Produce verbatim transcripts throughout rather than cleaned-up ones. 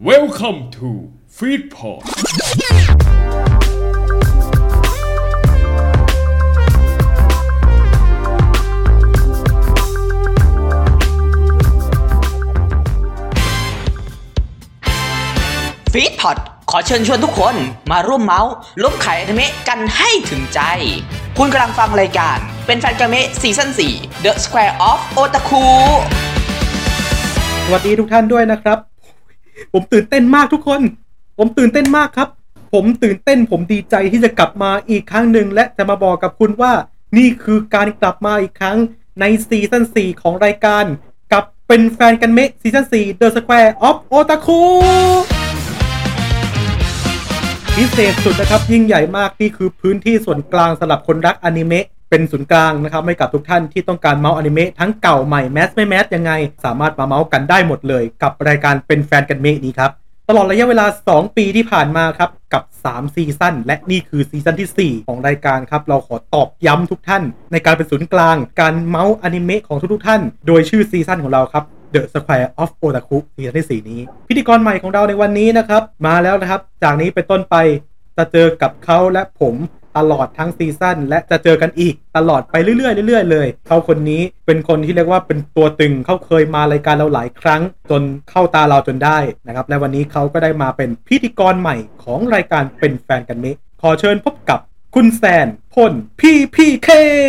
Welcome to Feedpot ฟีดพอดขอเชิญชวนทุกคนมาร่วมเมาส์ล้มขายอนิเมะกันให้ถึงใจคุณกำลังฟังรายการเป็นแฟนอนิเมะซีซั่นสี่ The Square of Otaku สวัสดีทุกท่านด้วยนะครับผมตื่นเต้นมากทุกคนผมตื่นเต้นมากครับผมตื่นเต้นผมดีใจที่จะกลับมาอีกครั้งหนึ่งและจะมาบอกกับคุณว่านี่คือการกลับมาอีกครั้งในซีซั่นสี่ของรายการกับเป็นแฟนกันเมะซีซั่นสี่ The Square of Otaku พิเศษสุดนะครับยิ่งใหญ่มากนี่คือพื้นที่ส่วนกลางสำหรับคนรักอนิเมะเป็นศูนย์กลางนะครับให้กับทุกท่านที่ต้องการเมาส์อนิเมะทั้งเก่าใหม่แมสไม่แมสยังไงสามารถมาเมาส์กันได้หมดเลยกับรายการเป็นแฟนกันเมะนี้ครับตลอดระยะเวลาสองปีที่ผ่านมาครับกับสามซีซั่นและนี่คือซีซั่นที่สี่ของรายการครับเราขอตอกย้ำทุกท่านในการเป็นศูนย์กลางการเมาส์อนิเมะของทุกๆท่านโดยชื่อซีซั่นของเราครับ The Square of Otaku ซีซั่นที่สี่นี้พิธีกรใหม่ของเราในวันนี้นะครับมาแล้วนะครับจากนี้เป็นต้นไปจะเจอกับเขาและผมตลอดทั้งซีซั่นและจะเจอกันอีกตลอดไปเรื่อยๆเรื่อยๆเลยเขาคนนี้เป็นคนที่เรียกว่าเป็นตัวตึงเขาเคยมารายการเราหลายครั้งจนเข้าตาเราจนได้นะครับและวันนี้เขาก็ได้มาเป็นพิธีกรใหม่ของรายการเป็นแฟนกันเมะขอเชิญพบกับคุณแซนพล พี พี เค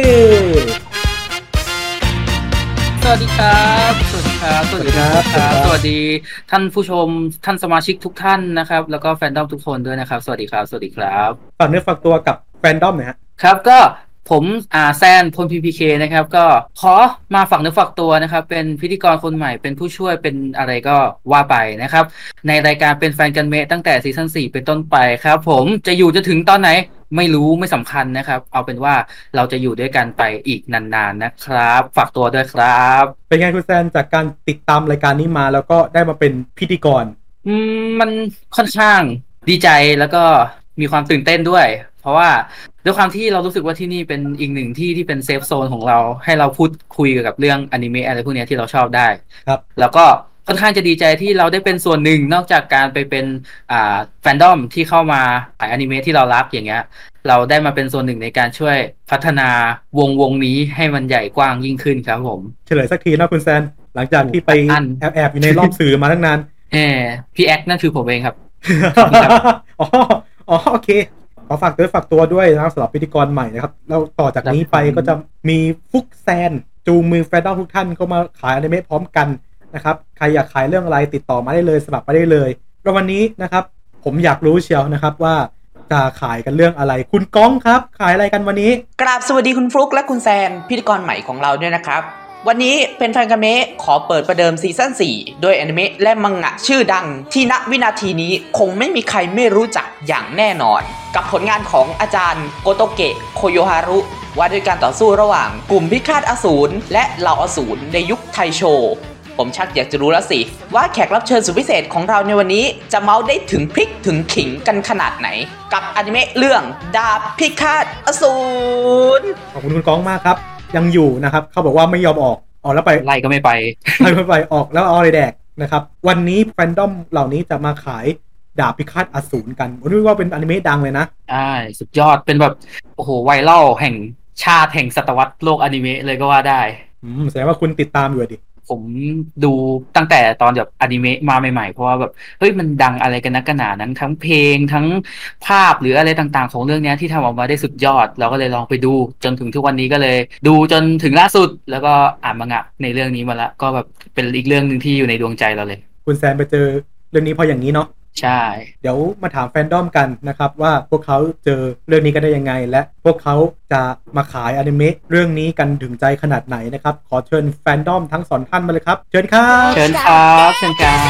สวัสดีครับสวัสดีครับสวัสดีครับสวัสดีท่านผู้ชมท่านสมาชิกทุกท่านนะครับแล้วก็แฟนดอมทุกคนด้วยนะครับสวัสดีครับสวัสดีครับฝากเนื้อฝากตัวกับแฟนดอมหน่อยฮะครับก็ผมอ่าแซนพล พี พี เค นะครับก็ขอมาฝากเนื้อฝากตัวนะครับเป็นพิธีกรคนใหม่เป็นผู้ช่วยเป็นอะไรก็ว่าไปนะครับในรายการเป็นแฟนกันเมะตั้งแต่ซีซั่นสี่เป็นต้นไปครับผมจะอยู่จะถึงตอนไหนไม่รู้ไม่สำคัญนะครับเอาเป็นว่าเราจะอยู่ด้วยกันไปอีกนานๆนะครับฝากตัวด้วยครับเป็นไงคุณแซนจากการติดตามรายการนี้มาแล้วก็ได้มาเป็นพิธีกรอืมมันค่อนข้างดีใจแล้วก็มีความตื่นเต้นด้วยเพราะว่าด้วยความที่เรารู้สึกว่าที่นี่เป็นอีกหนึ่งที่ที่เป็นเซฟโซนของเราให้เราพูดคุยกับเรื่องอนิเมะอะไรพวกนี้ที่เราชอบได้ครับแล้วก็ค่อนข้างจะดีใจที่เราได้เป็นส่วนหนึ่งนอกจากการไปเป็นอ่าแฟนดอมที่เข้ามาขายอนิเมะที่เรารักอย่างเงี้ยเราได้มาเป็นส่วนหนึ่งในการช่วยพัฒนาวงวงนี้ให้มันใหญ่กว้างยิ่งขึ้นครับผมเฉลยสักทีนะคุณแซนหลังจากที่ไปแอบแอบอยู่ในรอบสื่อมาตั้งนานเออพี่แอคนั่นคือผมเองครับอ๋ออ๋อโอเคขอฝากตัวฝากตัวด้วยนะครับสำหรับพิธีกรใหม่นะครับแล้วต่อจากนี้ไปก็จะมีฟุกแซนจูงมือแฟนดอมทุกท่านเข้ามาขายอนิเมะพร้อมกันนะครับใครอยากขายเรื่องอะไรติดต่อมาได้เลยสมัครมาได้เลยแล้ววันนี้นะครับผมอยากรู้เชียวนะครับว่าจะขายกันเรื่องอะไรคุณก้องครับขายอะไรกันวันนี้กราบสวัสดีคุณฟลุ๊กและคุณแซนพิธีกรใหม่ของเราด้วยนะครับวันนี้เป็นแฟนกันเมะขอเปิดประเดิมซีซั่นสี่โดยอนิเมะและมังงะชื่อดังที่ณวินาทีนี้คงไม่มีใครไม่รู้จักอย่างแน่นอนกับผลงานของอาจารย์โกโตเกะโคโยฮารุว่าด้วยการต่อสู้ระหว่างกลุ่มพิฆาตอสูรและเหล่าอสูรในยุคไทโชผมชักอยากจะรู้แล้วสิว่าแขกรับเชิญสุดพิเศษของเราในวันนี้จะเมาได้ถึงพริกถึงขิงกันขนาดไหนกับอนิเมะเรื่องดาบพิฆาตอสูรขอบคุณคุณก้องมากครับยังอยู่นะครับเขาบอกว่าไม่ยอมออกออกแล้วไปไล่ก็ไม่ไปไล่ไม่ไปออกแล้วเอาอะไรแดกนะครับวันนี้แฟนดอมเหล่านี้จะมาขายดาบพิฆาตอสูรกันผมนึกว่าเป็นอนิเมะดังเลยนะใช่สุดยอดเป็นแบบโอ้โหไวรัลแห่งชาติแห่งศตวรรษโลกอนิเมะเลยก็ว่าได้อืมแสดงว่าคุณติดตามอยู่ดิผมดูตั้งแต่ตอนแบบอนิเมะมาใหม่ๆเพราะว่าแบบเฮ้ยมันดังอะไรกันนักกันหนานั้นทั้งเพลงทั้งภาพหรืออะไรต่างๆของเรื่องนี้ที่ทำออกมาได้สุดยอดเราก็เลยลองไปดูจนถึงทุกวันนี้ก็เลยดูจนถึงล่าสุดแล้วก็อ่านมังงะในเรื่องนี้มาแล้วก็แบบเป็นอีกเรื่องนึงที่อยู่ในดวงใจเราเลยคุณแซนไปเจอเรื่องนี้เพราะอย่างนี้เนาะใช่เดี๋ยวมาถามแฟนดอมกันนะครับว่าพวกเขาเจอเรื่องนี้กันได้ยังไงและพวกเขาจะมาขายอนิเมะเรื่องนี้กันถึงใจขนาดไหนนะครับขอเชิญแฟนดอมทั้งสองท่านมาเลยครับเชิญครับเชิญครับเชิญครับ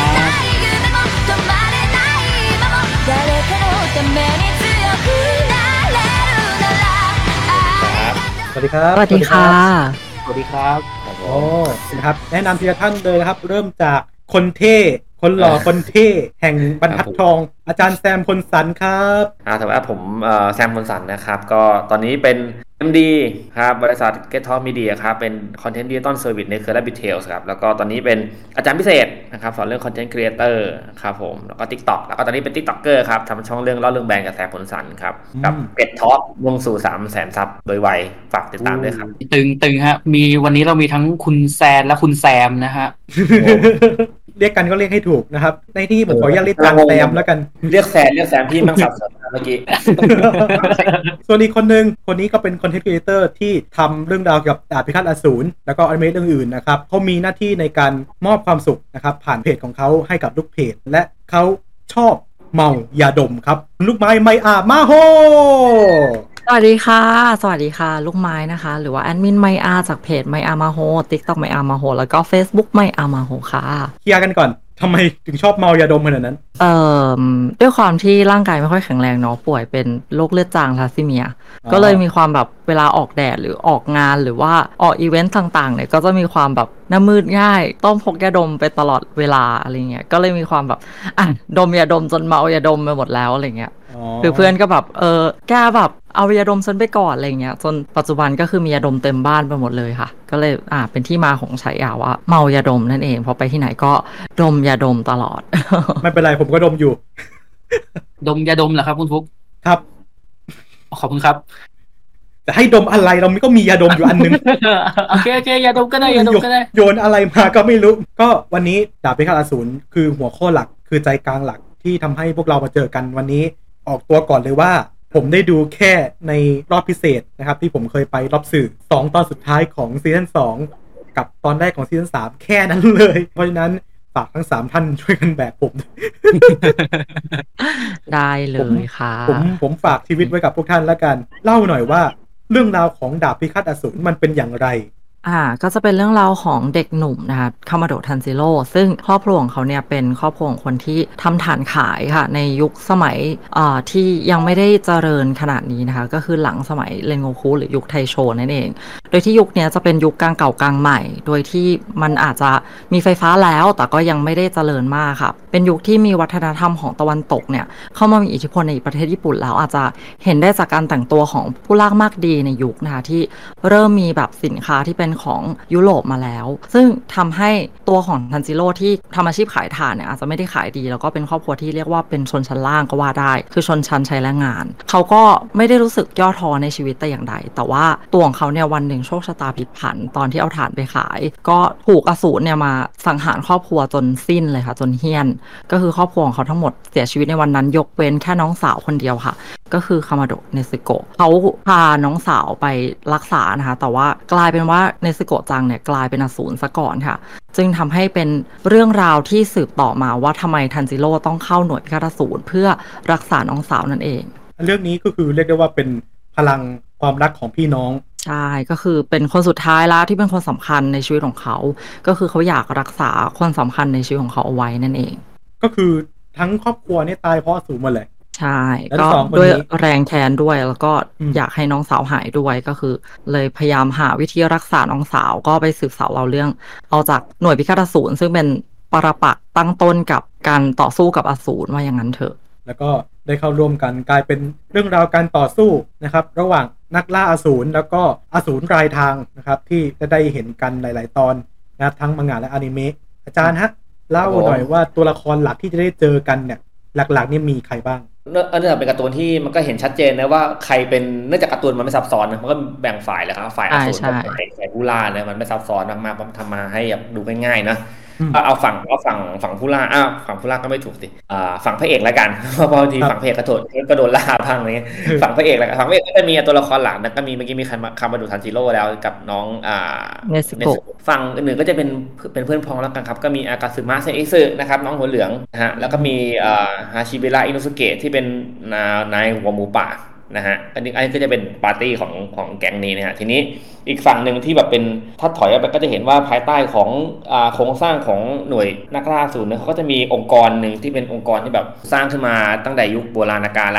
สวัสดีครับสวัสดีค่ะสวัสดีครับโอ้นะครับแนะนำทีละท่านเลยนะครับเริ่มจากคนเท่คนหล่อคนเท่แห่งบรรทัดทองอาจารย์แซมพลสันครับอ่าแต่ว่าผมเอ่อแซมพลสันนะครับก็ตอนนี้เป็น เอ็ม ดี ครับบริษัท Get Talk Media ครับเป็น Content Digital Service ในเครือ Rabbit Tales ครับแล้วก็ตอนนี้เป็นอาจารย์พิเศษนะครับสอนเรื่อง Content Creator ครับผมแล้วก็ TikTok แล้วก็ตอนนี้เป็น TikToker ครับทำช่องเรื่องเล่าเรื่องแบรนด์กับแซมพลสันครับกับ Get Talk มุ่งสู่ สามแสน ซับโดยไวฝากติดตามด้วยครับตึงตึงฮะมีวันนี้เรามีทั้งคุณแซนและคุณแซมนะฮะเรียกกันก็เรียกให้ถูกนะครับในที่ผมขออนุญาตเรียกจางแซมแล้วกันเรียกแซมเรียกแซมพี่มั่งสับสนเมื่อกี้ส่วนอีกคนนึงคนนี้ก็เป็นคอนเทนต์ครีเอเตอร์ที่ทำเรื่องราวเกี่ยวกับดาบพิฆาตอสูรแล้วก็อนิเมะเรื่องอื่นนะครับเขามีหน้าที่ในการมอบความสุขนะครับผ่านเพจของเขาให้กับลูกเพจและเขาชอบเมายาดมครับลูกไม้ไมอามาโฮสวัสดีค่ะสวัสดีค่ะลูกไม้นะคะหรือว่าแอดมินไมอาจากเพจไมอามาโฮ TikTok ไมอามาโฮแล้วก็ Facebook ไมอามาโฮค่ะเคลียร์กันก่อนทำไมถึงชอบเมายาดมขนาดนั้นเอ่อด้วยความที่ร่างกายไม่ค่อยแข็งแรงเนาะป่วยเป็นโรคเลือดจางทาซิเมียก็เลยมีความแบบเวลาออกแดดหรือออกงานหรือว่าออกอีเวนต์ต่างๆเนี่ยก็จะมีความแบบหน้ามืดง่ายต้องพกยาดมไปตลอดเวลาอะไรเงี้ยก็เลยมีความแบบอ่ะดมยาดมจนเมายาดมไปหมดแล้วอะไรเงี้ยคือเพื่อนก็แบบเออแกแบบเอายาดมฉันไปก่อนอะไรเงี้ยจนปัจจุบันก็คือมียาดมเต็มบ้านไปหมดเลยค่ะก็เลยอ่าเป็นที่มาของฉายาว่าเมายาดมนั่นเองพอไปที่ไหนก็ดมยาดมตลอดไม่เป็นไรผมก็ดมอยู่ดมยาดมเหรอครับคุณฟุกครับขอบคุณครับแต่ให้ดมอะไรเราก็มียาดมอยู่อันนึงโอเคโอเคยาดมก็ได้ยาดมก็ได้โยนอะไรมาก็ไม่รู้ก็วันนี้ดาบพิฆาตอสูรคือหัวข้อหลักคือใจกลางหลักที่ทำให้พวกเรามาเจอกันวันนี้ออกตัวก่อนเลยว่าผมได้ดูแค่ในรอบพิเศษนะครับที่ผมเคยไปรอบสื่อสองตอนสุดท้ายของซีซั่นสองกับตอนแรกของซีซั่นสามแค่นั้นเลยเพราะฉะนั้นฝากทั้งสามท่านช่วยกันแบกผมได้เลยค่ะผมผมฝากชีวิตไว้กับพวกท่านแล้วกันเล่าหน่อยว่าเรื่องราวของดาบพิฆาตอสูรมันเป็นอย่างไรอ่าก็จะเป็นเรื่องราวของเด็กหนุ่มนะคะคามาโดะทันจิโร่ซึ่งครอบครัวของเขาเนี่ยเป็นครอบครัวของคนที่ทำฐานขายค่ะในยุคสมัยอ่าที่ยังไม่ได้เจริญขนาดนี้นะคะก็คือหลังสมัยเรนโงคุหรือยุคไทโชนั่นเองโดยที่ยุคนี้จะเป็นยุคกลางเก่ากลางใหม่โดยที่มันอาจจะมีไฟฟ้าแล้วแต่ก็ยังไม่ได้เจริญมากค่ะเป็นยุคที่มีวัฒนธรรมของตะวันตกเนี่ยเข้ามามีอิทธิพลในประเทศญี่ปุ่นแล้วอาจจะเห็นได้จากการแต่งตัวของผู้ลากมากดีในยุคนะคะที่เริ่มมีแบบสินค้าที่เป็นของยุโรปมาแล้วซึ่งทำให้ตัวของทันจิโร่ที่ทำอาชีพขายถ่านเนี่ยอาจจะไม่ได้ขายดีแล้วก็เป็นครอบครัวที่เรียกว่าเป็นชนชั้นล่างก็ว่าได้คือชนชั้นใช้แรงงานเขาก็ไม่ได้รู้สึกย่อท้อในชีวิตแต่อย่างใดแต่ว่าตัวของเขาเนี่ยวันหนึ่งโชคชะตาพลิกผันตอนที่เอาถ่านไปขายก็ถูกอสูรเนี่ยมาสังหารครอบครัวจนสิ้นเลยค่ะจนเฮี้ยนก็คือครอบครัวของเขาทั้งหมดเสียชีวิตในวันนั้นยกเว้นแค่น้องสาวคนเดียวค่ะก็คือคามาโดะเนซึโกะเขาพาน้องสาวไปรักษานะคะแต่ว่ากลายเป็นว่าเนซึโกะจังเนี่ยกลายเป็นอสูรซะก่อนค่ะจึงทำให้เป็นเรื่องราวที่สืบต่อมาว่าทำไมทันจิโร่ต้องเข้าหน่วยพิฆาตอสูรเพื่อรักษาน้องสาวนั่นเองเรื่องนี้ก็คือเรียกได้ว่าเป็นพลังความรักของพี่น้องใช่ก็คือเป็นคนสุดท้ายแล้วที่เป็นคนสำคัญในชีวิตของเขาก็คือเขาอยากรักษาคนสำคัญในชีวิตของเขาเอาไว้นั่นเองก็คือทั้งครอบครัวนี่ตายเพราะอสูรหมดเลยใช่ก็ด้วยแรงแค้นด้วยแล้วก็อยากให้น้องสาวหายด้วยก็คือเลยพยายามหาวิธีรักษาน้องสาวก็ไปสืบสาวเราเรื่องเอาจากหน่วยพิฆาตอสูรซึ่งเป็นปรปักษ์ตั้งต้นกับการต่อสู้กับอสูรว่าอย่างนั้นเถอะแล้วก็ได้เข้าร่วมกันกลายเป็นเรื่องราวการต่อสู้นะครับระหว่างนักล่าอสูรแล้วก็อสูรรายทางนะครับที่จะได้เห็นกันหลายๆตอนนะครับทั้งมังงะและอนิเมะอาจารย์ฮะเล่าหน่อยว่าตัวละครหลักที่จะได้เจอกันเนี่ยหลักๆนี่มีใครบ้างเนื่องจากเป็นการ์ตูนที่มันก็เห็นชัดเจนนะว่าใครเป็นเนื่องจากการ์ตูนมันไม่ซับซ้อนนะมันก็แบ่งฝ่ายแหละครับฝ่ายอสูรกับฝ่ายฝ่ายผู้ล่าเนี่ยมันไม่ซับซ้อนมากๆทำมาให้แบบดูง่ายๆนะเอาฝั่งเอาฝั่งฝั่งผู้ล่าอ้าวฝั่งผู้ล่าก็ไม่ถูกสิอ่าฝั่งพระเอกแล้วกันเพราะบางทีฝั่งพระเอกก็โดนก็โดนล่าบ้างอะไรเงี้ยฝั่งพระเอกแล้วกันฝั่งพระเอกก็จะมีตัวละครหลักนะก็มีเมื่อกี้มีคามาโดะทันจิโร่แล้วกับน้องอ่าเนซึโกะฝั่งอื่นก็จะเป็นเป็นเพื่อนพ้องแล้วกันครับก็มีอากาสึมะเซอิสึนะครับน้องหัวเหลืองนะฮะแล้วก็มีอ่าฮาชิเบระอิโนสุเกะที่เป็นนายหัวหมูป่านะฮะอันนี้อันนี้ก็จะเป็นปาร์ตี้ของของแก๊งนี้นะฮะทีนี้อีกฝั่งหนึ่งที่แบบเป็นถ้าถอยไปก็จะเห็นว่าภายใต้ของอ่าโครงสร้างของหน่วยนักล่าอสูรเนี่ยเขาก็จะมีองค์กรหนึ่งที่เป็นองค์กรที่แบบสร้างขึ้นมาตั้งแต่ยุคโบราณกาลแล้ว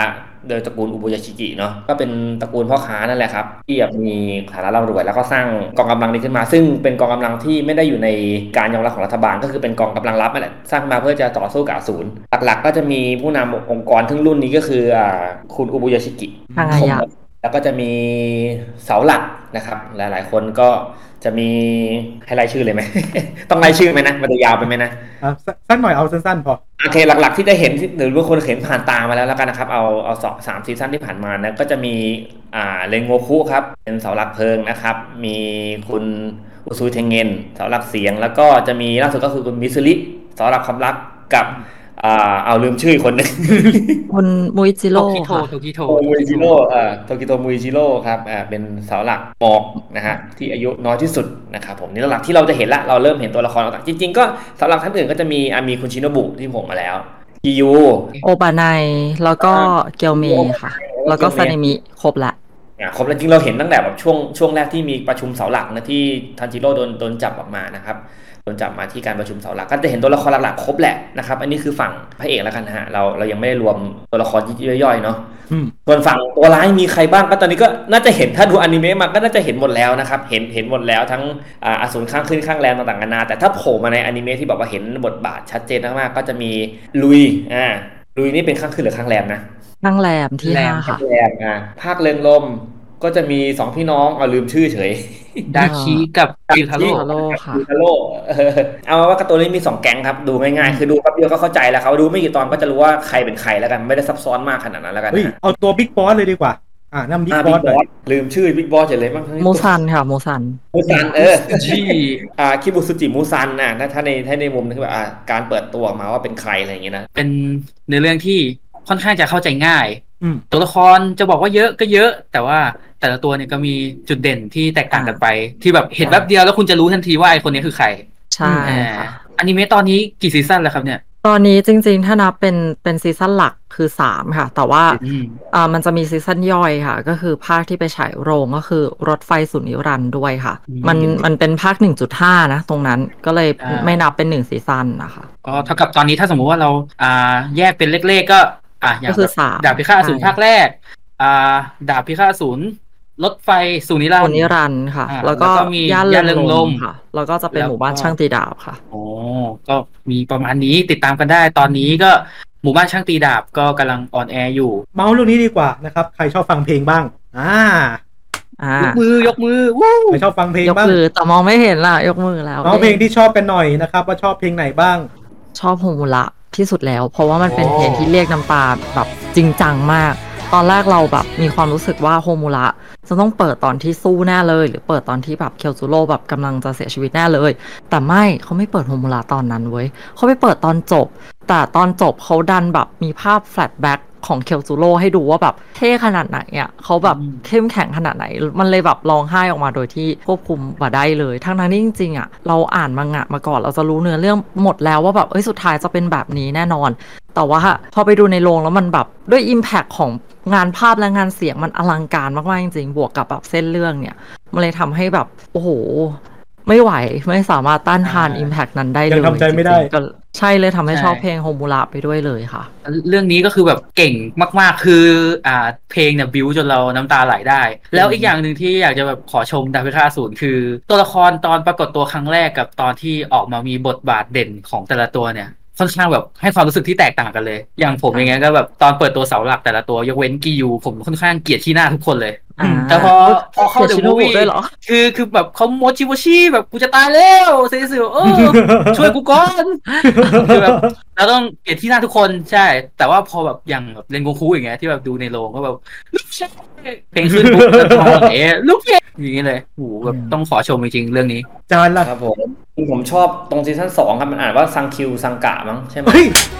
โดยตระกูลอุโบยาชิกิเนาะก็เป็นตระกูลพ่อค้านั่นแหละครับที่มีฐานะร่ำรวยแล้วก็สร้างกองกำลังนี้ขึ้นมาซึ่งเป็นกองกำลังที่ไม่ได้อยู่ในการยอมรับของรัฐบาลก็คือเป็นกองกำลังลับนั่นแหละสร้างมาเพื่อจะต่อสู้กับอสูรหลักๆก็จะมีผู้นำองค์กรทั้งรุ่นนี้ก็คือคุณอุโบยาชิกิแล้วก็จะมีเสาหลักนะครับหลายๆคนก็จะมีให้รายชื่อเลยไหม ต้องรายชื่อไหมนะมันจะยาวไปไหมนะสั้นหน่อยเอาสั้นๆพอโอเคหลักๆที่ได้เห็นหรือว่าคนเห็นผ่านตามาแล้วแล้วกันนะครับเอาเอาสองสามซีซั่นที่ผ่านมานะก็จะมีอ่าเรนโงคุครับเป็นเสาหลักเพลิงนะครับมีคุณอุซุยเทงเงินเสาหลักเสียงแล้วก็จะมีล่าสุดก็คือคุณมิซุริเสาหลักความรักกับอ่าเอาลืมชื่อคนนึงคุณมุยจิโร่ค่ะโทกิโตมุยจิโร่อ่าโทกิโตมุยจิโร่ครับอ่าเป็นเสาหลักหมอกนะฮะที่อายุน้อยที่สุดนะครับผมนี่หลักที่เราจะเห็นละเราเริ่มเห็นตัวละครต่างๆจริงๆก็เสาหลักท่านอื่นก็จะมีอามีคุณชิโนบุที่ผมมาแล้วกิยูโอบาไนแล้วก็เกียวเมค่ะแล้วก็ซาเนมิครบละอ่าครบแล้วจริงเราเห็นตั้งแต่แบบช่วงช่วงแรกที่มีประชุมเสาหลักนะที่ทันจิโร่โดนโดนจับออกมานะครับโดนจับมาที่การประชุมเสาหลักก็จะเห็นตัวละครหลักๆครบแหละนะครับอันนี้คือฝั่งพระเอกแล้วกันฮะเราเรายังไม่ได้รวมตัวละครย่อยๆเนาะส่วนฝั่งตัวร้ายมีใครบ้างก็ตอนนี้ก็น่าจะเห็นถ้าดูอนิเมะมาก็น่าจะเห็นหมดแล้วนะครับเห็นเห็นหมดแล้วทั้งอ่าอสูรข้างขึ้นข้างแรมต่างๆนานาแต่ถ้าโผล่มาในอนิเมะที่บอกว่าเห็นบทบาทชัดเจนมากๆก็จะมีลุยอ่าลุยนี่เป็นข้างขึ้นหรือข้างแรมนะข้างแรมที่ห้าค่ะแรมอ่าภาคเริงลมก็จะมีสองพี่น้องเอาลืมชื่อเฉยดาคิกับยูทาโร่ค่ะยูทาโร่เอาว่าการ์ตูนนี้มีสองแก๊งครับดูง่ายๆคือดูแป๊บเดียวก็เข้าใจแล้วเขาดูไม่กี่ตอนก็จะรู้ว่าใครเป็นใครแล้วกันไม่ได้ซับซ้อนมากขนาดนั้นแล้วกันเอาตัวบิ๊กบอสเลยดีกว่าอ่านำบิ๊กบอสลืมชื่อบิ๊กบอสเฉยเลยมั้งมูซันค่ะมูซันมูซันเออจีอ่าคิบุซุจิมูซันน่ะถ้าในถ้าในมุมนึงแบบอ่าการเปิดตัวมาว่าเป็นใครอะไรอย่างเงี้ยนะเป็นเนื้อเรื่องที่ค่อนข้างจะเข้าใจง่ายตัวละครจะบอกว่าเยอะก็เยอะแต่ว่าแต่ละตัวเนี่ยก็มีจุดเด่นที่แตกต่างกันไปที่แบบเห็นแป๊บเดียวแล้วคุณจะรู้ทันทีว่าไอ้คนนี้คือใครใช่ค่ะอนิเมะตอนนี้กี่ซีซั่นแล้วครับเนี่ยตอนนี้จริงๆถ้านับเป็นเป็นซีซั่นหลักคือสามค่ะแต่ว่าอ่ามันจะมีซีซั่นย่อยค่ะก็คือภาคที่ไปฉายโรงก็คือรถไฟสุนิรันดร์ด้วยค่ะมันมันเป็นภาค หนึ่งจุดห้า นะตรงนั้นก็เลยไม่นับเป็นหนึ่งซีซั่นนะคะก็เท่ากับตอนนี้ถ้าสมมุติว่าเราอ่าแยกเป็นเลขๆก็อ่ะอย่างดาบพิฆาตอสูรภาคแรกอ่าดาบพิฆาตอสูรรถไฟสุนิรันดร์สุนิรันดร์ค่ะแล้วก็มีย่านเริงลมค่ะแล้วก็จะเป็นหมู่บ้านช่างตีดาบค่ะโอ้ก็มีประมาณนี้ติดตามกันได้ตอนนี้ก็หมู่บ้านช่างตีดาบก็กำลังออนแอร์อยู่เมาส์เรื่องนี้ดีกว่านะครับใครชอบฟังเพลงบ้างอ่ายกมือยกมือวู้ใครชอบฟังเพลงบ้างยกมือแต่มองไม่เห็นล่ะยกมือแล้วเอาเพลงที่ชอบกันหน่อยนะครับว่าชอบเพลงไหนบ้างชอบโฮมูระที่สุดแล้วเพราะว่ามันเป็นเพลงที่เรียกน้ำตาแบบจริงจังมากตอนแรกเราแบบมีความรู้สึกว่าโฮมูระจะต้องเปิดตอนที่สู้แน่เลยหรือเปิดตอนที่แบบเคียวจูโร่แบบกำลังจะเสียชีวิตแน่เลยแต่ไม่เขาไม่เปิดโฮมูระตอนนั้นเว้ยเขาไปเปิดตอนจบแต่ตอนจบเขาดันแบบมีภาพแฟลชแบ็กของเคียวจูโร่ให้ดูว่าแบบเท่ขนาดไหนอ่ะเขาแบบเข้มแข็งขนาดไหนมันเลยแบบร้องไห้ออกมาโดยที่ควบคุมบ่ได้เลยทั้งนั้นที่จริงๆอ่ะเราอ่านมังงะมาก่อนเราจะรู้เนื้อเรื่องหมดแล้วว่าแบบเอ้ยสุดท้ายจะเป็นแบบนี้แน่นอนแต่ว่าพอไปดูในโรงแล้วมันแบบด้วย impact ของงานภาพและงานเสียงมันอลังการมากๆจริงๆบวกกับแบบเส้นเรื่องเนี่ยมันเลยทำให้แบบโอ้โหไม่ไหวไม่สามารถต้านทาน impact นั้นได้เลยยังทำใจไม่ได้ก็ใช่เลยทำให้ชอบเพลงโฮมูระไปด้วยเลยค่ะเรื่องนี้ก็คือแบบเก่งมากๆคืออ่าเพลงเนี่ยบิวจนเราน้ำตาไหลได้แล้วอีกอย่างหนึ่งที่อยากจะแบบขอชมดาบพิฆาตอสูรคือตัวละครตอนปรากฏตัวครั้งแรกกับตอนที่ออกมามีบทบาทเด่นของแต่ละตัวเนี่ยค่อนข้างแบบให้ความรู้สึกที่แตกต่างกันเลยอย่างผมอย่างเงี้ยก็แบบตอนเปิดตัวเสาหลักแต่ละตัวยกเว้นกิยูผมค่อนข้างเกลียดขี้หน้าทุกคนเลยแต่พอพอเข้าเดอะมูฟวี่คือคือแบบเขาโมชิโมชิแบบกูจะตายแล้วเซซึเออช่วยกูก่อนคือแบบเราต้องเกลียดขี้หน้าทุกคนใช่แต่ว่าพอแบบอย่างแบบเรนโกคุอย่างเงี้ยที่แบบดูในโรงก็แบบเพลงขึ้นปุ๊บแล้วท้องไหลลุกเองอย่างงี้เลยโหแบบต้องขอชมจริงๆเรื่องนี้จานล่ะครับผมผมชอบตรงซีซั่นสองครับมันอ่านว่าซังคิวซังกะมั้งใช่ไหม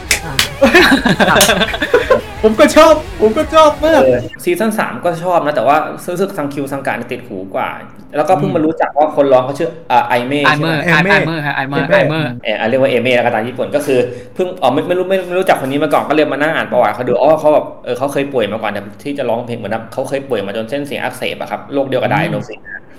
ผมก็ชอบผมก็ชอบมากซีซั่นสามก็ชอบนะแต่ว่ารู้สึกซังคิวซังกะติดหูกว่าแล้วก็เพิ่งมารู้จักว่าคนร้องเขาชื่อไอเม่ไอเมอร์ไอเมอร์ไอเมอร์ไอเมอร์ไอเมอร์เออเรียกว่าเอเม่แล้วก็ตามญี่ปุ่นก็คือเพิ่งอ๋อไม่ไม่รู้ไม่ไม่รู้จักคนนี้มาก่อนก็เลยมานั่งอ่านประวัติเขาดูอ๋อเขาแบบเออเขาเคยป่วยมาก่อนที่จะร้องเพลงเหมือนแบบเขาเคยป่วยมาจนเส้นเสียงอักเสบอะครับโรคเดียวกับไดโนซิส